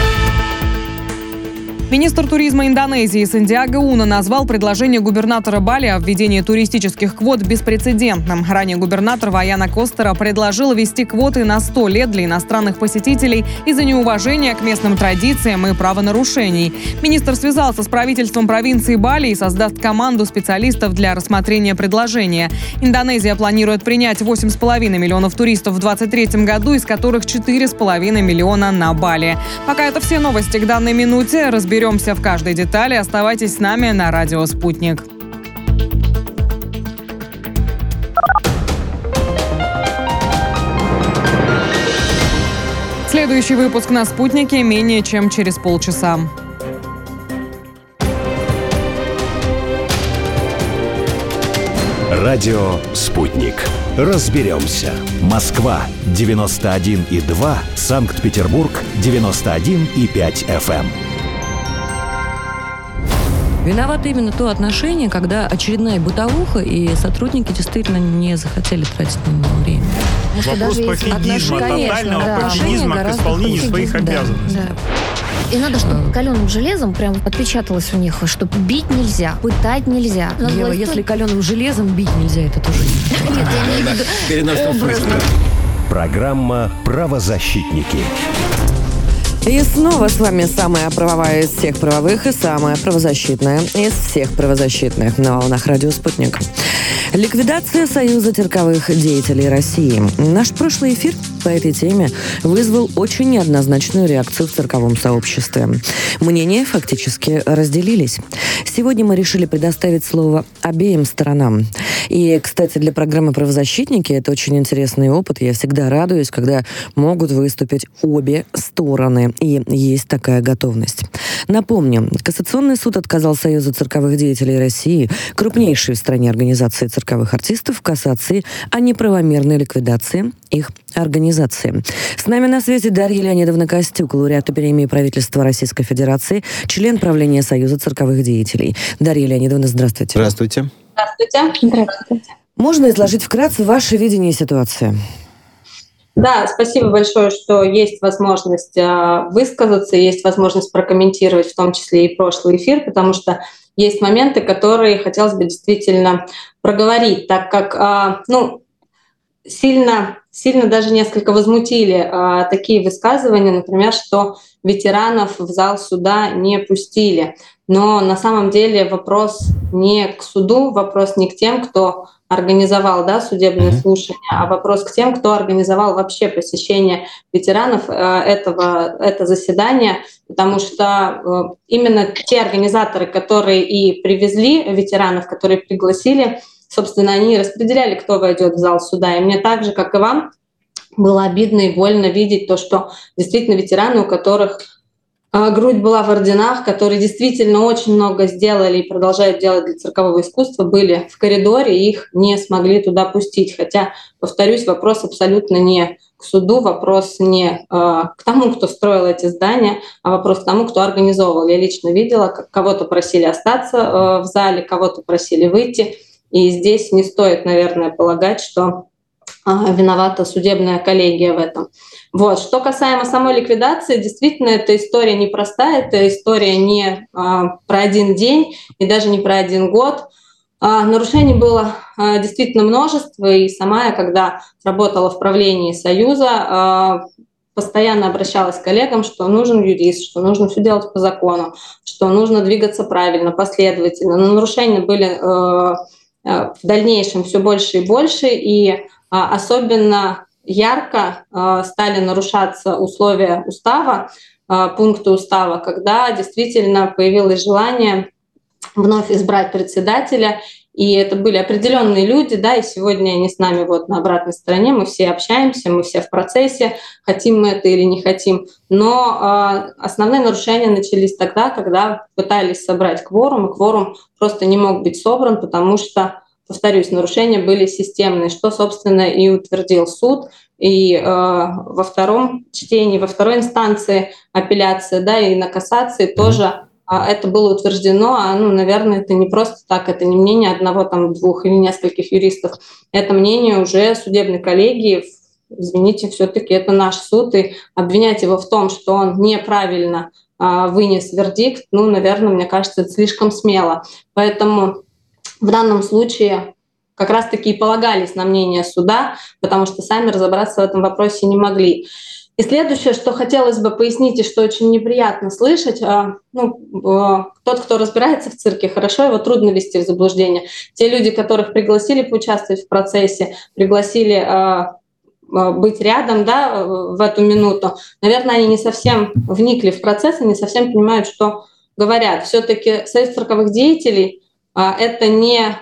Министр туризма Индонезии Сандиаго Уно назвал предложение губернатора Бали о введении туристических квот беспрецедентным. Ранее губернатор Ваяна Костера предложил ввести квоты на сто лет для иностранных посетителей из-за неуважения к местным традициям и правонарушений. Министр связался с правительством провинции Бали и создаст команду специалистов для рассмотрения предложения. Индонезия планирует принять восемь с половиной миллионов туристов в двадцать третьем году, из которых четыре с половиной миллиона на Бали. Пока это все новости к данной минуте. Разберемся в каждой детали. Оставайтесь с нами на радио «Спутник». Следующий выпуск на «Спутнике» менее чем через полчаса. Радио «Спутник». Разберемся. Москва девяносто один и два, Санкт-Петербург девяносто один и пять эф эм. Виновато именно то отношение, когда очередная бытовуха, и сотрудники действительно не захотели тратить на него время. Вопрос пофигизма, тотального да. пофигизма к исполнению своих да, обязанностей. Да. И надо, чтобы каленым железом прям отпечаталось у них, что бить нельзя, пытать нельзя. Надо Ева, власть- если каленым железом бить нельзя, это тоже не Нет, я имею в виду образно. Программа «Правозащитники». И снова с вами самая правовая из всех правовых и самая правозащитная из всех правозащитных на волнах «Радио Спутник». Ликвидация Союза цирковых деятелей России. Наш прошлый эфир по этой теме вызвал очень неоднозначную реакцию в цирковом сообществе. Мнения фактически разделились. Сегодня мы решили предоставить слово обеим сторонам. И, кстати, для программы «Правозащитники» это очень интересный опыт. Я всегда радуюсь, когда могут выступить обе стороны. И есть такая готовность. Напомню, Кассационный суд отказал Союзу цирковых деятелей России, крупнейшей в стране организации цирковых артистов, в кассации о неправомерной ликвидации их организации. С нами на связи Дарья Леонидовна Костюк, лауреат премии правительства Российской Федерации, член правления Союза цирковых деятелей. Дарья Леонидовна, здравствуйте. Здравствуйте. Здравствуйте. Здравствуйте. Можно изложить вкратце ваше видение ситуации? Да, спасибо большое, что есть возможность э, высказаться, есть возможность прокомментировать, в том числе и прошлый эфир, потому что есть моменты, которые хотелось бы действительно проговорить, так как э, ну, сильно, сильно даже несколько возмутили э, такие высказывания, например, что ветеранов в зал суда не пустили. Но на самом деле вопрос не к суду, вопрос не к тем, кто организовал, да, судебное слушание, а вопрос к тем, кто организовал вообще посещение ветеранов э, этого это заседание, потому что э, именно те организаторы, которые и привезли ветеранов, которые пригласили, собственно, они распределяли, кто войдет в зал суда. И мне так же, как и вам, было обидно и больно видеть то, что действительно ветераны, у которых грудь была в орденах, которые действительно очень много сделали и продолжают делать для циркового искусства, были в коридоре, и их не смогли туда пустить. Хотя, повторюсь, вопрос абсолютно не к суду, вопрос не э, к тому, кто строил эти здания, а вопрос к тому, кто организовывал. Я лично видела, как кого-то просили остаться э, в зале, кого-то просили выйти. И здесь не стоит, наверное, полагать, что э, виновата судебная коллегия в этом. Вот. Что касаемо самой ликвидации, действительно, эта история непростая, это история не а, про один день и даже не про один год. А, нарушений было а, действительно множество, и сама я, когда работала в правлении Союза, а, постоянно обращалась к коллегам, что нужен юрист, что нужно все делать по закону, что нужно двигаться правильно, последовательно. Но нарушения были а, а, в дальнейшем все больше и больше, и а, особенно ярко э, стали нарушаться условия устава, э, пункты устава, когда действительно появилось желание вновь избрать председателя. И это были определенные люди, да, и сегодня они с нами вот на обратной стороне, мы все общаемся, мы все в процессе, хотим мы это или не хотим. Но э, основные нарушения начались тогда, когда пытались собрать кворум, и кворум просто не мог быть собран, потому что, повторюсь, нарушения были системные, что, собственно, и утвердил суд. И э, во втором чтении, во второй инстанции апелляции, да, и на кассации тоже э, это было утверждено. А, ну, наверное, это не просто так, это не мнение одного, там, двух или нескольких юристов. Это мнение уже судебной коллегии. Извините, все-таки это наш суд, и обвинять его в том, что он неправильно э, вынес вердикт, ну, наверное, мне кажется, это слишком смело. Поэтому в данном случае как раз-таки и полагались на мнение суда, потому что сами разобраться в этом вопросе не могли. И следующее, что хотелось бы пояснить, и что очень неприятно слышать, ну, тот, кто разбирается в цирке, хорошо, его трудно ввести в заблуждение. Те люди, которых пригласили поучаствовать в процессе, пригласили быть рядом, да, в эту минуту, наверное, они не совсем вникли в процесс, и не совсем понимают, что говорят. Все-таки Союз цирковых деятелей — это не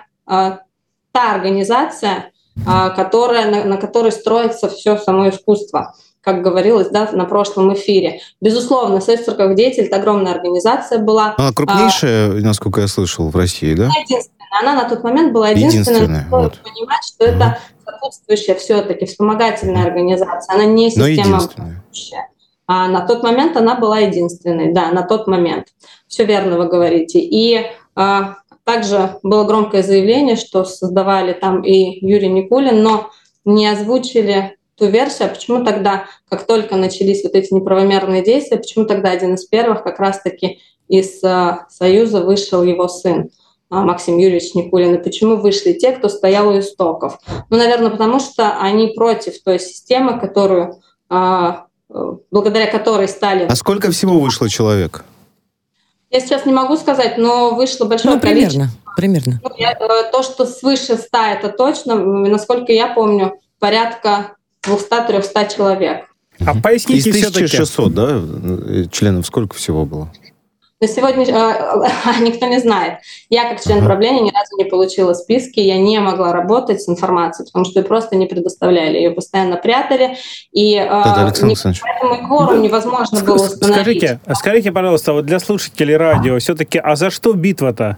та организация, которая, на, на которой строится все само искусство, как говорилось, да, на прошлом эфире. Безусловно, Союз цирковых деятелей — это огромная организация была. Она крупнейшая, а, насколько я слышал, в России, да? Она единственная. Она на тот момент была единственная. Единственная, вот. Понимать, что угу. это сопутствующая все-таки вспомогательная организация. Она не система обслуживающая. А на тот момент она была единственной, да, на тот момент. Все верно вы говорите. И Также было громкое заявление, что создавали там и Юрий Никулин, но не озвучили ту версию, а почему тогда, как только начались вот эти неправомерные действия, почему тогда один из первых как раз-таки из Союза вышел его сын Максим Юрьевич Никулин, и почему вышли те, кто стоял у истоков? Ну, наверное, потому что они против той системы, которую, благодаря которой стали... А сколько всего вышло человек? Я сейчас не могу сказать, но вышло большое ну, примерно, количество. Примерно. Ну, я, то, что свыше ста, это точно. Насколько я помню, порядка двести-триста человек. А поясните из тысячи шестисот, да, членов сколько всего было? На сегодня э, никто не знает. Я, как член ага. правления, ни разу не получила списки, я не могла работать с информацией, потому что ее просто не предоставляли, ее постоянно прятали, и э, не, поэтому кворум невозможно Ск- было установить. Скажите, скажите, пожалуйста, вот для слушателей радио, все-таки, а за что битва-то?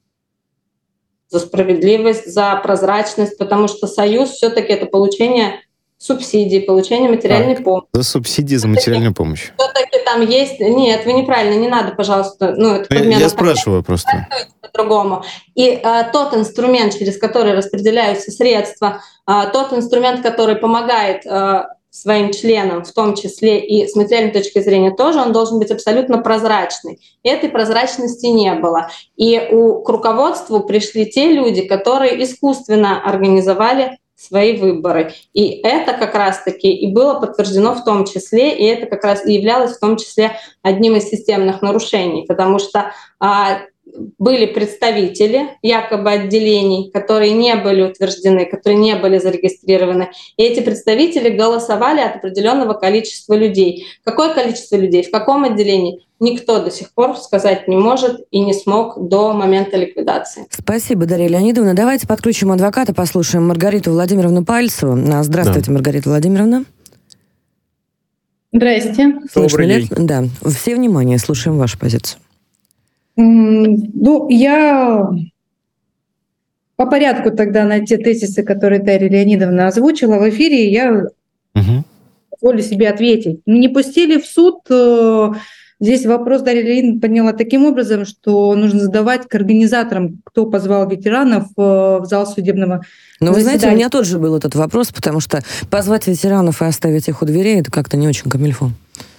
За справедливость, за прозрачность, потому что Союз все-таки это получение субсидий, получение материальной так. помощи. За субсидии, за материальную помощь. Все-таки там есть... Нет, вы неправильно, не надо, пожалуйста. Ну, это я я спрашиваю просто. По-другому. И а, тот инструмент, через который распределяются средства, а, тот инструмент, который помогает а, своим членам, в том числе и с материальной точки зрения тоже, он должен быть абсолютно прозрачный. И этой прозрачности не было. И у, к руководству пришли те люди, которые искусственно организовали свои выборы. И это как раз-таки и было подтверждено в том числе, и это как раз и являлось в том числе одним из системных нарушений, потому что а, были представители якобы отделений, которые не были утверждены, которые не были зарегистрированы. И эти представители голосовали от определенного количества людей. Какое количество людей, в каком отделении, никто до сих пор сказать не может и не смог до момента ликвидации. Спасибо, Дарья Леонидовна. Давайте подключим адвоката, послушаем Маргариту Владимировну Пальцеву. Здравствуйте, да. Маргарита Владимировна. Здрасте. Добрый день. Да, все внимание, слушаем вашу позицию. Ну, я по порядку тогда на те тезисы, которые Дарья Леонидовна озвучила в эфире, я угу. позволю себе ответить. Не пустили в суд. Здесь вопрос Дарья Леонидовна подняла таким образом, что нужно задавать к организаторам, кто позвал ветеранов в зал судебного Ну, вы знаете, у меня тоже был этот вопрос, потому что позвать ветеранов и оставить их у дверей, это как-то не очень камильфо.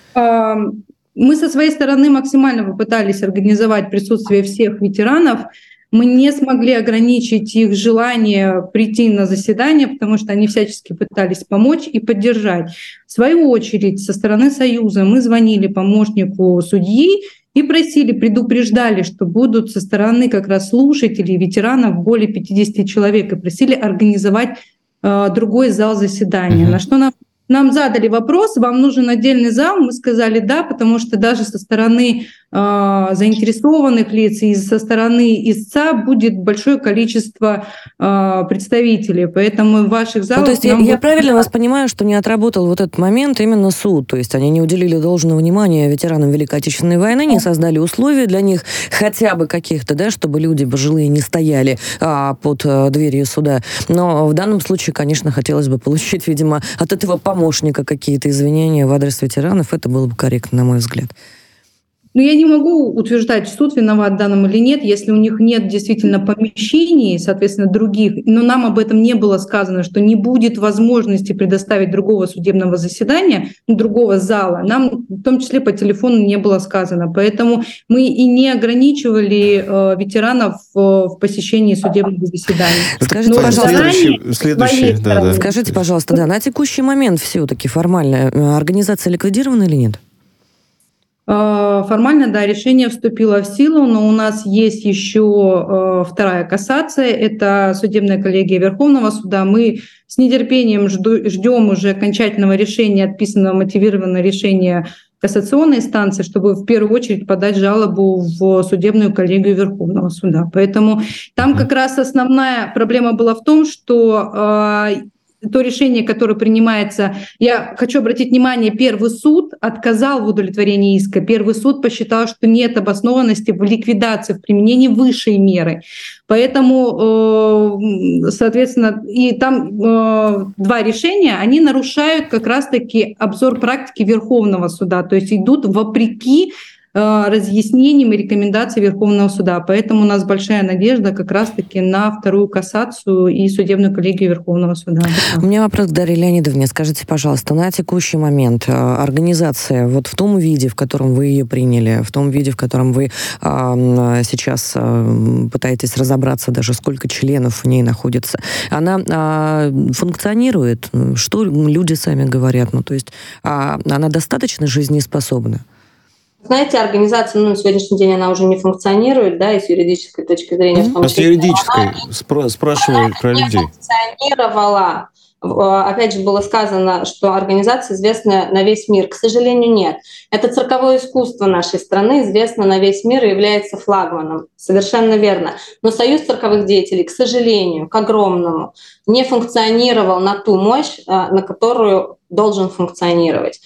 Мы со своей стороны максимально попытались организовать присутствие всех ветеранов. Мы не смогли ограничить их желание прийти на заседание, потому что они всячески пытались помочь и поддержать. В свою очередь, со стороны Союза мы звонили помощнику судьи и просили, предупреждали, что будут со стороны как раз слушателей, ветеранов более пятидесяти человек, и просили организовать э, другой зал заседания. Mm-hmm. На что нам Нам задали вопрос, вам нужен отдельный зал? Мы сказали да, потому что даже со стороны э, заинтересованных лиц и со стороны истца будет большое количество э, представителей, поэтому в ваших залах... Ну, то есть я, я правильно вас понимаю, что не отработал вот этот момент именно суд, то есть они не уделили должного внимания ветеранам Великой Отечественной войны, не создали условия для них хотя бы каких-то, да, чтобы люди пожилые не стояли а, под а, дверью суда. Но в данном случае, конечно, хотелось бы получить, видимо, от этого помощника помощника какие-то извинения в адрес ветеранов, это было бы корректно, на мой взгляд. Ну, я не могу утверждать, суд виноват в данном или нет, если у них нет действительно помещений, соответственно, других, но нам об этом не было сказано, что не будет возможности предоставить другого судебного заседания, другого зала. Нам в том числе по телефону не было сказано. Поэтому мы и не ограничивали э, ветеранов э, в посещении судебного заседания. Скажите, но пожалуйста, следующий, следующий, да, да. Скажите, пожалуйста, да, на текущий момент все-таки формально организация ликвидирована или нет? Формально, да, решение вступило в силу, но у нас есть еще вторая кассация, это судебная коллегия Верховного суда. Мы с нетерпением жду, ждем уже окончательного решения, отписанного мотивированного решения кассационной инстанции, чтобы в первую очередь подать жалобу в судебную коллегию Верховного суда. Поэтому там как раз основная проблема была в том, что то решение, которое принимается, я хочу обратить внимание, первый суд отказал в удовлетворении иска. Первый суд посчитал, что нет обоснованности в ликвидации, в применении высшей меры. Поэтому, соответственно, и там два решения, они нарушают как раз-таки обзор практики Верховного суда, то есть идут вопреки разъяснениям и рекомендаций Верховного суда. Поэтому у нас большая надежда как раз-таки на вторую кассацию и судебную коллегию Верховного суда. У меня вопрос к Дарье Леонидовне. Скажите, пожалуйста, на текущий момент организация вот в том виде, в котором вы ее приняли, в том виде, в котором вы а, сейчас а, пытаетесь разобраться даже, сколько членов в ней находится, она а, функционирует? Что люди сами говорят? Ну, то есть а, она достаточно жизнеспособна? Знаете, организация, ну, на сегодняшний день она уже не функционирует, да, и с юридической точки зрения. В том а с юридической спра- спрашиваю про людей. Функционировала. Опять же, было сказано, что организация известна на весь мир. К сожалению, нет. Это цирковое искусство нашей страны, известно на весь мир и является флагманом. Совершенно верно. Но Союз цирковых деятелей, к сожалению, к огромному, не функционировал на ту мощь, на которую должен функционировать.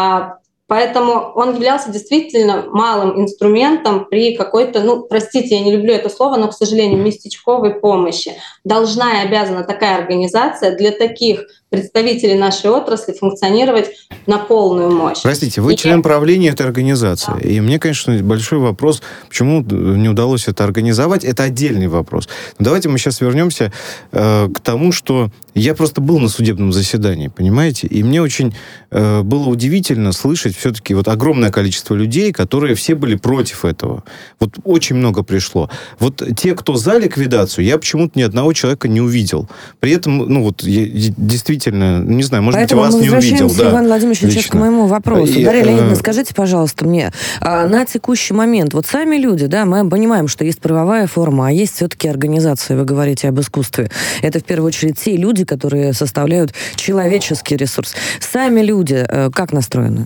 Поэтому он являлся действительно малым инструментом при какой-то, ну, простите, я не люблю это слово, но, к сожалению, местечковой помощи. Должна и обязана такая организация для таких представителей нашей отрасли функционировать на полную мощь. Простите, вы и... член правления этой организации. Да. И мне, конечно, большой вопрос, почему не удалось это организовать. Это отдельный вопрос. Но давайте мы сейчас вернемся э, к тому, что я просто был на судебном заседании, понимаете? И мне очень э, было удивительно слышать все-таки вот огромное количество людей, которые все были против этого. Вот очень много пришло. Вот те, кто за ликвидацию, я почему-то ни одного человека не увидел. При этом, ну вот, я, действительно, не знаю, может Поэтому быть, вас не увидел. Да, Иван Владимирович, сейчас к моему вопросу. И, Дарья э... Леонидовна, скажите, пожалуйста, мне, а, на текущий момент, вот сами люди, да, мы понимаем, что есть правовая форма, а есть все-таки организация, вы говорите об искусстве. Это, в первую очередь, те люди, которые составляют человеческий ресурс. Сами люди э, как настроены?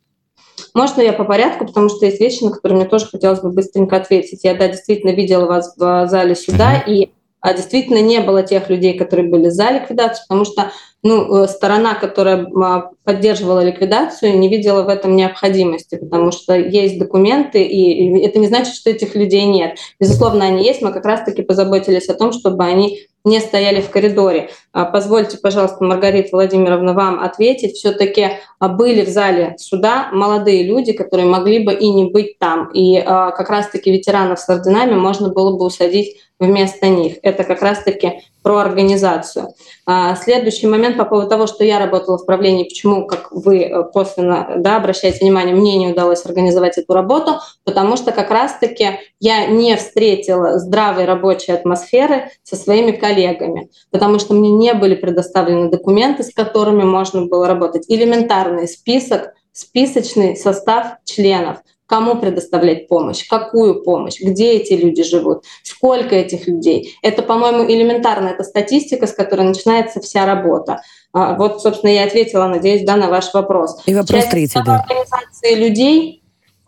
Можно я по порядку, потому что есть вещи, на которые мне тоже хотелось бы быстренько ответить. Я, да, действительно видела вас в зале суда, mm-hmm. и а, действительно не было тех людей, которые были за ликвидацию, потому что ну, сторона, которая поддерживала ликвидацию, не видела в этом необходимости, потому что есть документы, и это не значит, что этих людей нет. Безусловно, они есть, мы как раз-таки позаботились о том, чтобы они не стояли в коридоре. Позвольте, пожалуйста, Маргарита Владимировна, вам ответить. Все-таки были в зале суда молодые люди, которые могли бы и не быть там. И как раз-таки ветеранов с орденами можно было бы усадить вместо них. Это как раз-таки про организацию. Следующий момент по поводу того, что я работала в правлении, почему, как вы косвенно да, обращаете внимание, мне не удалось организовать эту работу, потому что как раз-таки я не встретила здравой рабочей атмосферы со своими коллегами, потому что мне не были предоставлены документы, с которыми можно было работать. Элементарный список, списочный состав членов. Кому предоставлять помощь, какую помощь, где эти люди живут, сколько этих людей. Это, по-моему, элементарно, это статистика, с которой начинается вся работа. Вот, собственно, я ответила, надеюсь, да, на ваш вопрос. И вопрос третий, да. Организации людей,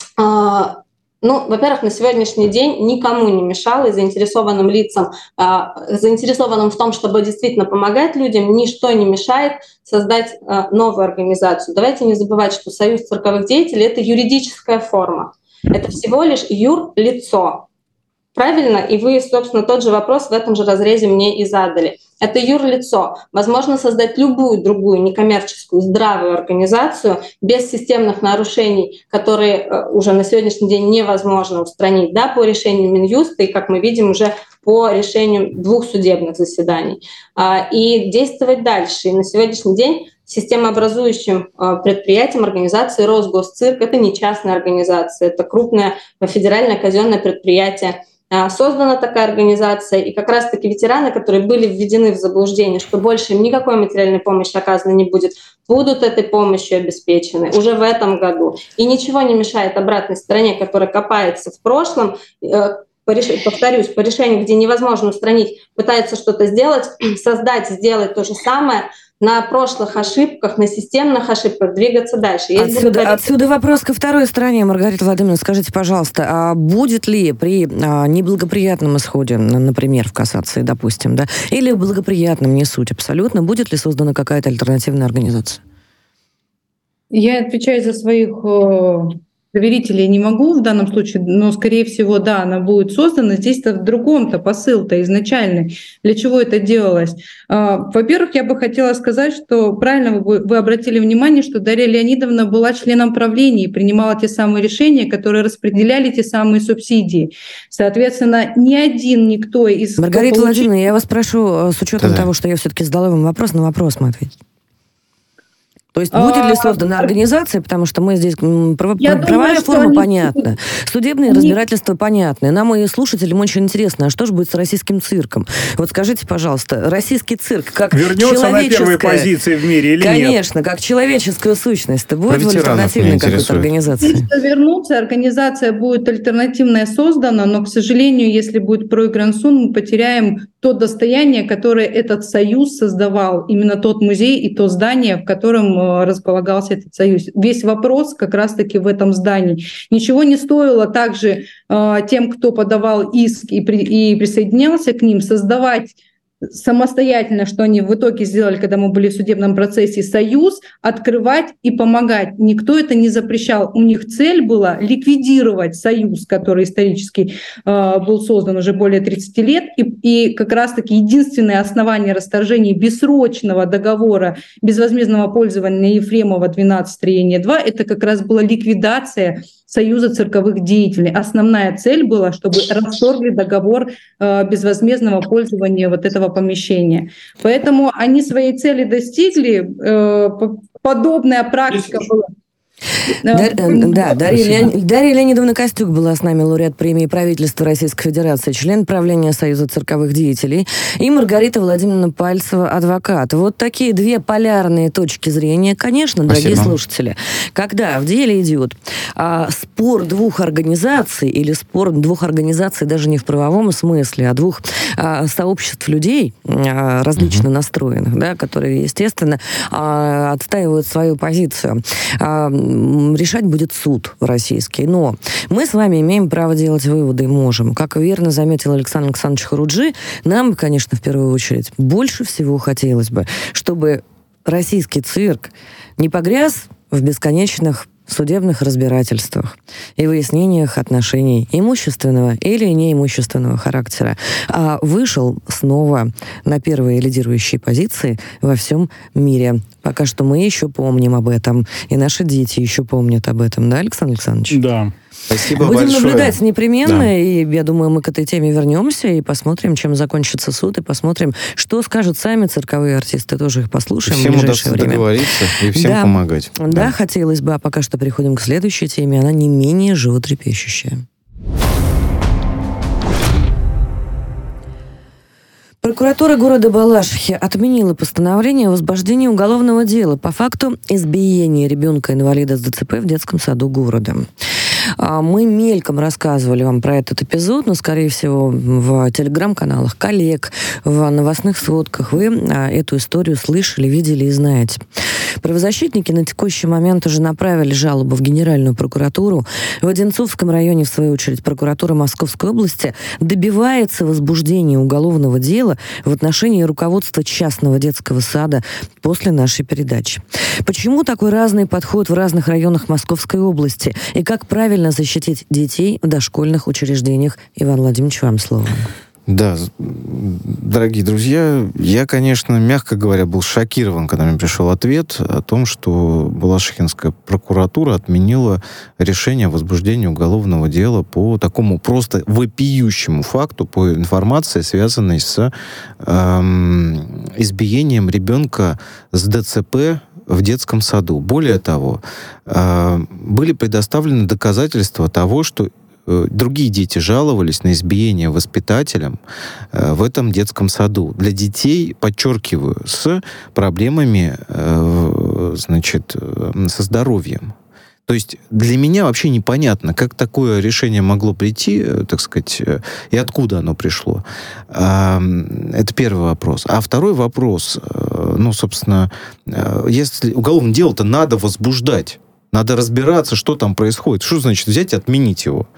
ну, во-первых, на сегодняшний день никому не мешало, и заинтересованным лицам, заинтересованным в том, чтобы действительно помогать людям, ничто не мешает создать новую организацию. Давайте не забывать, что Союз цирковых деятелей — это юридическая форма. Это всего лишь юрлицо. Правильно? И вы, собственно, тот же вопрос в этом же разрезе мне и задали. Это юрлицо. Возможно создать любую другую некоммерческую здравую организацию без системных нарушений, которые уже на сегодняшний день невозможно устранить, да, по решению Минюста и, как мы видим, уже по решению двух судебных заседаний. И действовать дальше. И на сегодняшний день системообразующим предприятием организации Росгосцирк — это не частная организация, это крупное федеральное казенное предприятие. Создана такая организация, и как раз-таки ветераны, которые были введены в заблуждение, что больше им никакой материальной помощи оказано не будет, будут этой помощью обеспечены уже в этом году. И ничего не мешает обратной стороне, которая копается в прошлом, повторюсь, по решению, где невозможно устранить, пытается что-то сделать, создать, сделать то же самое, на прошлых ошибках, на системных ошибках двигаться дальше. Отсюда, отсюда вопрос ко второй стороне. Маргарита Владимировна, скажите, пожалуйста, а будет ли при а, неблагоприятном исходе, например, в кассации, допустим, да, или в благоприятном, не суть абсолютно, будет ли создана какая-то альтернативная организация? Я отвечаю за своих доверителей не могу в данном случае, но, скорее всего, да, она будет создана. Здесь-то в другом-то посыл-то изначальный. Для чего это делалось? Во-первых, я бы хотела сказать, что правильно вы, вы обратили внимание, что Дарья Леонидовна была членом правления и принимала те самые решения, которые распределяли те самые субсидии. Соответственно, ни один, никто из... Маргарита получил... Владимировна, я вас прошу, с учетом Да. того, что я все-таки задала вам вопрос, на вопрос мы ответим. То есть будет ли создана организация, потому что мы здесь... Право, Я правовая думаю, форма они... понятна, судебные Они... разбирательства понятны. Нам и слушателям очень интересно, а что же будет с российским цирком? Вот скажите, пожалуйста, российский цирк как Вернется на первой позиции в мире или конечно, нет? Конечно, как человеческая сущность-то будет в альтернативной какой-то организации? Если вернуться, организация будет альтернативная создана, но, к сожалению, если будет проигран суд, мы потеряем то достояние, которое этот союз создавал, именно тот музей и то здание, в котором э, располагался этот союз. Весь вопрос как раз-таки в этом здании. Ничего не стоило также э, тем, кто подавал иск и, при, и присоединялся к ним, создавать самостоятельно, что они в итоге сделали, когда мы были в судебном процессе, союз, открывать и помогать. Никто это не запрещал. У них цель была ликвидировать союз, который исторически э, был создан уже более тридцати лет. И, и как раз-таки единственное основание расторжения бессрочного договора безвозмездного пользования Ефремова двенадцать строение два, это как раз была ликвидация Союза цирковых деятелей. Основная цель была, чтобы расторгли договор э, безвозмездного пользования вот этого помещения. Поэтому они своей цели достигли. Э, подобная практика была. Да, да, Дарья, Леон... Дарья Леонидовна Костюк была с нами, лауреат премии правительства Российской Федерации, член правления Союза цирковых деятелей, и Маргарита Владимировна Пальцева, адвокат. Вот такие две полярные точки зрения. Конечно, дорогие Спасибо. Слушатели, когда в деле идет а, спор двух организаций, или спор двух организаций даже не в правовом смысле, а двух а, сообществ людей, а, различно угу. настроенных, да, которые, естественно, а, отстаивают свою позицию, а, решать будет суд российский. Но мы с вами имеем право делать выводы и можем. Как верно заметил Александр Александрович Харуджи, нам, конечно, в первую очередь, больше всего хотелось бы, чтобы российский цирк не погряз в бесконечных судебных разбирательствах и выяснениях отношений имущественного или неимущественного характера, а вышел снова на первые лидирующие позиции во всем мире. Пока что мы еще помним об этом, и наши дети еще помнят об этом, да, Александр Александрович? Да. Спасибо Будем большое. наблюдать непременно, Да. и я думаю, мы к этой теме вернемся и посмотрим, чем закончится суд, и посмотрим, что скажут сами цирковые артисты. Тоже их послушаем Всем в ближайшее удастся время. договориться и всем да. помогать. Да, Да. хотелось бы, а пока что переходим к следующей теме, она не менее животрепещущая. Прокуратура города Балашихи отменила постановление о возбуждении уголовного дела по факту избиения ребенка-инвалида с ДЦП в детском саду города. Мы мельком рассказывали вам про этот эпизод, но, скорее всего, в телеграм-каналах коллег, в новостных сводках вы эту историю слышали, видели и знаете. Правозащитники на текущий момент уже направили жалобу в Генеральную прокуратуру. В Одинцовском районе, в свою очередь, прокуратура Московской области добивается возбуждения уголовного дела в отношении руководства частного детского сада после нашей передачи. Почему такой разный подход в разных районах Московской области? И как правильно защитить детей в дошкольных учреждениях? Иван Владимирович, вам слово. Да, дорогие друзья, я, конечно, мягко говоря, был шокирован, когда мне пришел ответ о том, что Балашихинская прокуратура отменила решение о возбуждении уголовного дела по такому просто вопиющему факту, по информации, связанной с эм, избиением ребенка с ДЦП в детском саду. Более того, э, были предоставлены доказательства того, что другие дети жаловались на избиение воспитателем э, в этом детском саду. Для детей, подчеркиваю, с проблемами э, значит, э, со здоровьем. То есть для меня вообще непонятно, как такое решение могло прийти, э, так сказать, э, и откуда оно пришло. Э, это первый вопрос. А второй вопрос, э, ну, собственно, э, если уголовное дело-то надо возбуждать, надо разбираться, что там происходит. Что значит взять и отменить его?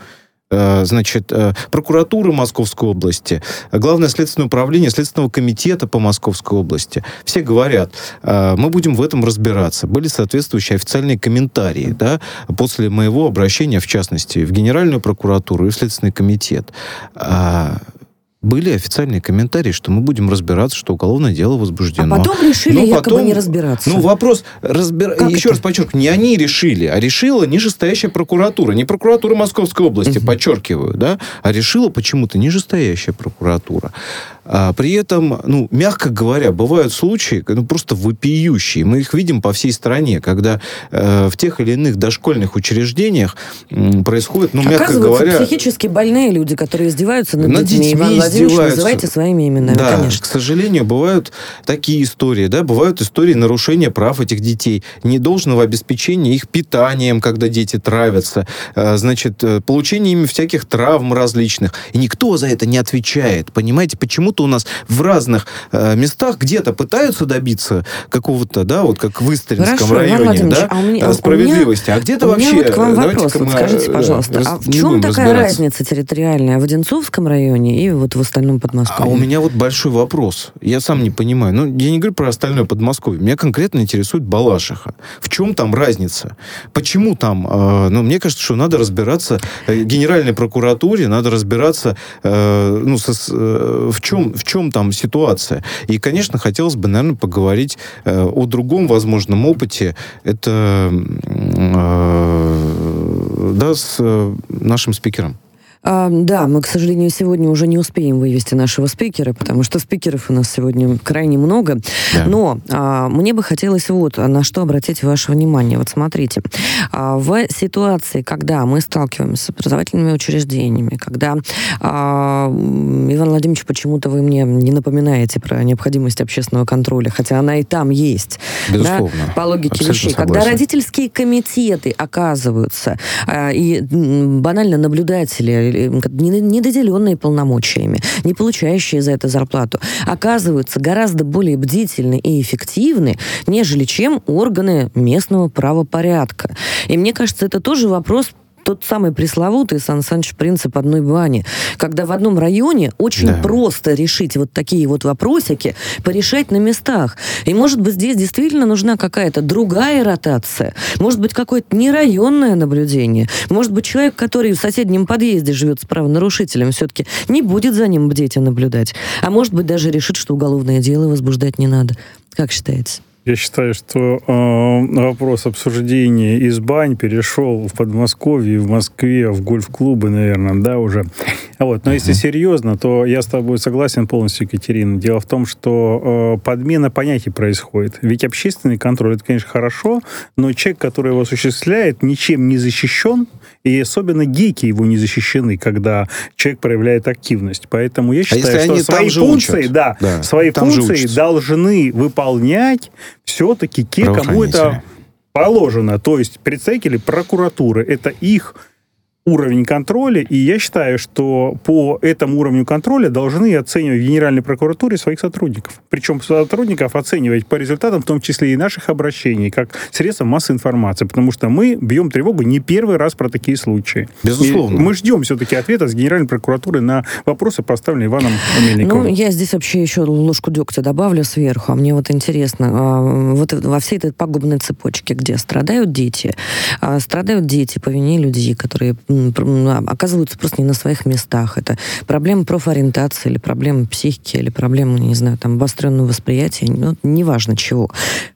значит, прокуратуры Московской области, Главное следственное управление Следственного комитета по Московской области. Все говорят, мы будем в этом разбираться. Были соответствующие официальные комментарии, да, после моего обращения, в частности, в Генеральную прокуратуру и в Следственный комитет. Были официальные комментарии, что мы будем разбираться, что уголовное дело возбуждено. А потом решили Но якобы потом, не разбираться. Ну, вопрос... Разбир... Еще это? раз подчеркиваю, не они решили, а решила нижестоящая прокуратура. Не прокуратура Московской области, угу. подчеркиваю, да, а решила почему-то нижестоящая прокуратура. А при этом, ну, мягко говоря, бывают случаи, ну, просто вопиющие. Мы их видим по всей стране, когда э, в тех или иных дошкольных учреждениях э, происходит, ну, мягко говоря... психически больные люди, которые издеваются над, над детьми. Иван Владимирович, называйте своими именами, да, конечно. К сожалению, бывают такие истории, да, бывают истории нарушения прав этих детей, недолжного обеспечения их питанием, когда дети травятся, э, значит, получение ими всяких травм различных. И никто за это не отвечает. Понимаете, почему у нас в разных э, местах где-то пытаются добиться какого-то, да, вот как в Истринском Хорошо, районе, да, а меня, справедливости. А, а где-то у вообще... меня вот к вам вопрос. Вот скажите, пожалуйста, раз, а в чем такая разница территориальная в Одинцовском районе и вот в остальном Подмосковье? А у меня вот большой вопрос. Я сам не понимаю. Ну, я не говорю про остальное Подмосковье. Меня конкретно интересует Балашиха. В чем там разница? Почему там? Э, ну, мне кажется, что надо разбираться э, Генеральной прокуратуре, надо разбираться э, ну, со, э, в чем в чем там ситуация. И, конечно, хотелось бы, наверное, поговорить э, о другом возможном опыте. Это э, да, с э, нашим спикером. А, да, мы, к сожалению, сегодня уже не успеем вывести нашего спикера, потому что спикеров у нас сегодня крайне много. Да. Но а, мне бы хотелось вот на что обратить ваше внимание. Вот смотрите, а, в ситуации, когда мы сталкиваемся с образовательными учреждениями, когда, а, Иван Владимирович, почему-то вы мне не напоминаете про необходимость общественного контроля, хотя она и там есть. Безусловно. Да, по логике Абсолютно вещей. согласен. Когда родительские комитеты оказываются, а, и банально наблюдатели, недоделенные полномочиями, не получающие за это зарплату, оказываются гораздо более бдительны и эффективны, нежели чем органы местного правопорядка. И мне кажется, это тоже вопрос тот самый пресловутый Сан Саныч принцип одной бани, когда в одном районе очень да. просто решить вот такие вот вопросики, порешать на местах. И, может быть, здесь действительно нужна какая-то другая ротация, может быть, какое-то нерайонное наблюдение, может быть, человек, который в соседнем подъезде живет с правонарушителем, все-таки не будет за ним бдеть и наблюдать, а может быть, даже решит, что уголовное дело возбуждать не надо. Как считаете? Я считаю, что э, вопрос обсуждения из бань перешел в Подмосковье, в Москве, в гольф-клубы, наверное, да, уже. Вот. Но uh-huh. если серьезно, то я с тобой согласен полностью, Екатерина. Дело в том, что э, подмена понятий происходит. Ведь общественный контроль, это, конечно, хорошо, но человек, который его осуществляет, ничем не защищен, и особенно гейки его не защищены, когда человек проявляет активность. Поэтому я считаю, а что свои функции, да, да, свои функции должны выполнять все-таки те, кому это положено. То есть представители прокуратуры, это их уровень контроля, и я считаю, что по этому уровню контроля должны оценивать в Генеральной прокуратуре своих сотрудников. Причем сотрудников оценивать по результатам, в том числе и наших обращений, как средства массовой информации, потому что мы бьем тревогу не первый раз про такие случаи. Безусловно. И мы ждем все-таки ответа с Генеральной прокуратуры на вопросы, поставленные Иваном Мельниковым. Ну, я здесь вообще еще ложку дегтя добавлю сверху. А мне вот интересно, вот во всей этой пагубной цепочке, где страдают дети, страдают дети по вине людей, которые оказываются просто не на своих местах. Это проблема профориентации, или проблема психики, или проблема, не знаю, там, обостренного восприятия, ну, неважно чего.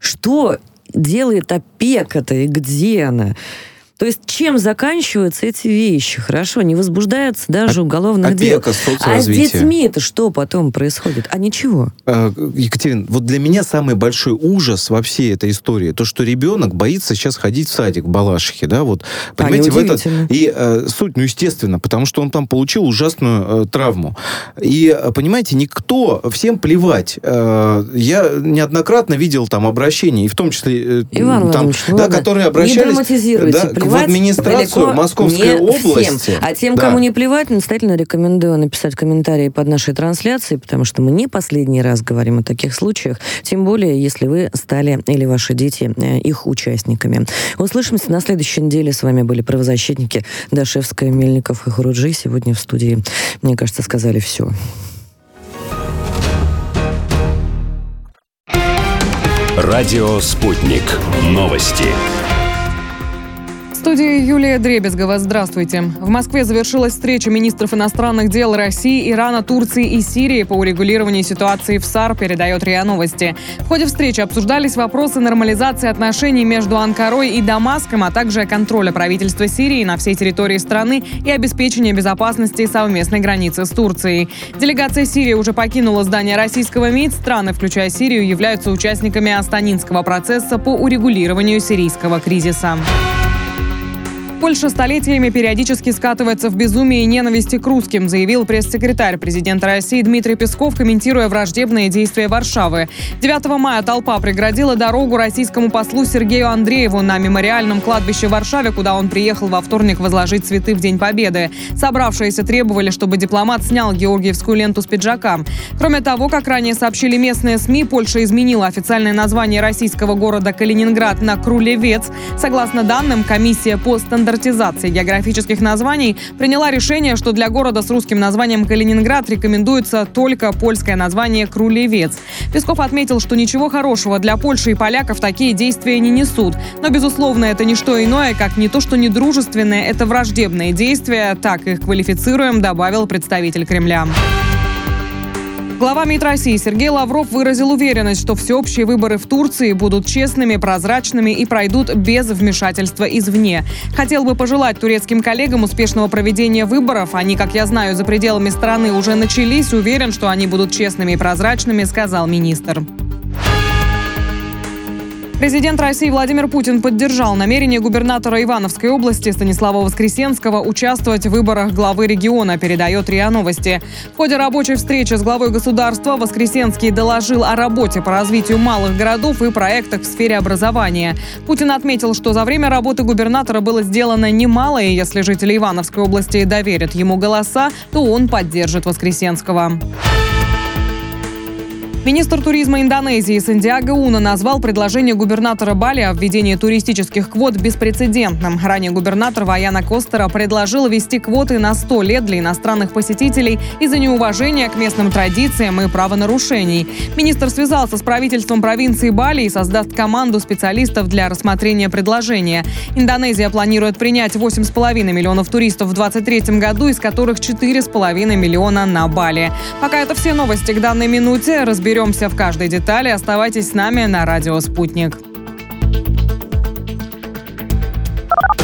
Что делает опека-то и где она? То есть чем заканчиваются эти вещи? Хорошо, не возбуждается даже уголовное дело. А с детьми-то что потом происходит? А ничего. Екатерина, вот для меня самый большой ужас во всей этой истории, то, что ребенок боится сейчас ходить в садик в Балашихе, да, вот, понимаете, в этот... И э, суть, ну, естественно, потому что он там получил ужасную э, травму. И, понимаете, никто, всем плевать. Э, я неоднократно видел там обращения, и в том числе... Э, Иван там, Владимирович, ну да, ладно, которые обращались... Не драматизируйте, да, плевать плевать, в администрацию Московской области. Всем. А тем, да. кому не плевать, настоятельно рекомендую написать комментарии под нашей трансляцией, потому что мы не последний раз говорим о таких случаях, тем более, если вы стали или ваши дети их участниками. Услышимся на следующей неделе. С вами были правозащитники Дашевская, Мельников и Хуруджи. Сегодня в студии, мне кажется, сказали все. Радио «Спутник». Новости. В студии Юлия Дребезгова. Здравствуйте. В Москве завершилась встреча министров иностранных дел России, Ирана, Турции и Сирии по урегулированию ситуации в САР, передает РИА Новости. В ходе встречи обсуждались вопросы нормализации отношений между Анкарой и Дамаском, а также контроля правительства Сирии на всей территории страны и обеспечения безопасности совместной границы с Турцией. Делегация Сирии уже покинула здание российского МИД. Страны, включая Сирию, являются участниками Астанинского процесса по урегулированию сирийского кризиса. Польша столетиями периодически скатывается в безумие и ненависти к русским, заявил пресс-секретарь президента России Дмитрий Песков, комментируя враждебные действия Варшавы. девятого мая толпа преградила дорогу российскому послу Сергею Андрееву на мемориальном кладбище в Варшаве, куда он приехал во вторник возложить цветы в День Победы. Собравшиеся требовали, чтобы дипломат снял георгиевскую ленту с пиджака. Кроме того, как ранее сообщили местные СМИ, Польша изменила официальное название российского города Калининград на Крулевец. Согласно данным, комиссия по стандартизации стандартизации географических названий приняла решение, что для города с русским названием Калининград рекомендуется только польское название Крулевец. Песков отметил, что ничего хорошего для Польши и поляков такие действия не несут. Но, безусловно, это не что иное, как не то, что недружественные, это враждебные действия. Так их квалифицируем, добавил представитель Кремля. Глава МИД России Сергей Лавров выразил уверенность, что всеобщие выборы в Турции будут честными, прозрачными и пройдут без вмешательства извне. Хотел бы пожелать турецким коллегам успешного проведения выборов. Они, как я знаю, за пределами страны уже начались. Уверен, что они будут честными и прозрачными, сказал министр. Президент России Владимир Путин поддержал намерение губернатора Ивановской области Станислава Воскресенского участвовать в выборах главы региона, передает РИА Новости. В ходе рабочей встречи с главой государства Воскресенский доложил о работе по развитию малых городов и проектах в сфере образования. Путин отметил, что за время работы губернатора было сделано немало, и если жители Ивановской области доверят ему голоса, то он поддержит Воскресенского. Министр туризма Индонезии Сандиаго Уно назвал предложение губернатора Бали о введении туристических квот беспрецедентным. Ранее губернатор Ваяна Костера предложил ввести квоты на сто лет для иностранных посетителей из-за неуважения к местным традициям и правонарушений. Министр связался с правительством провинции Бали и создаст команду специалистов для рассмотрения предложения. Индонезия планирует принять восемь с половиной миллионов туристов в двадцать третьем году, из которых четыре с половиной миллиона на Бали. Пока это все новости к данной минуте. Разберемся в каждой детали. Оставайтесь с нами на радио «Спутник».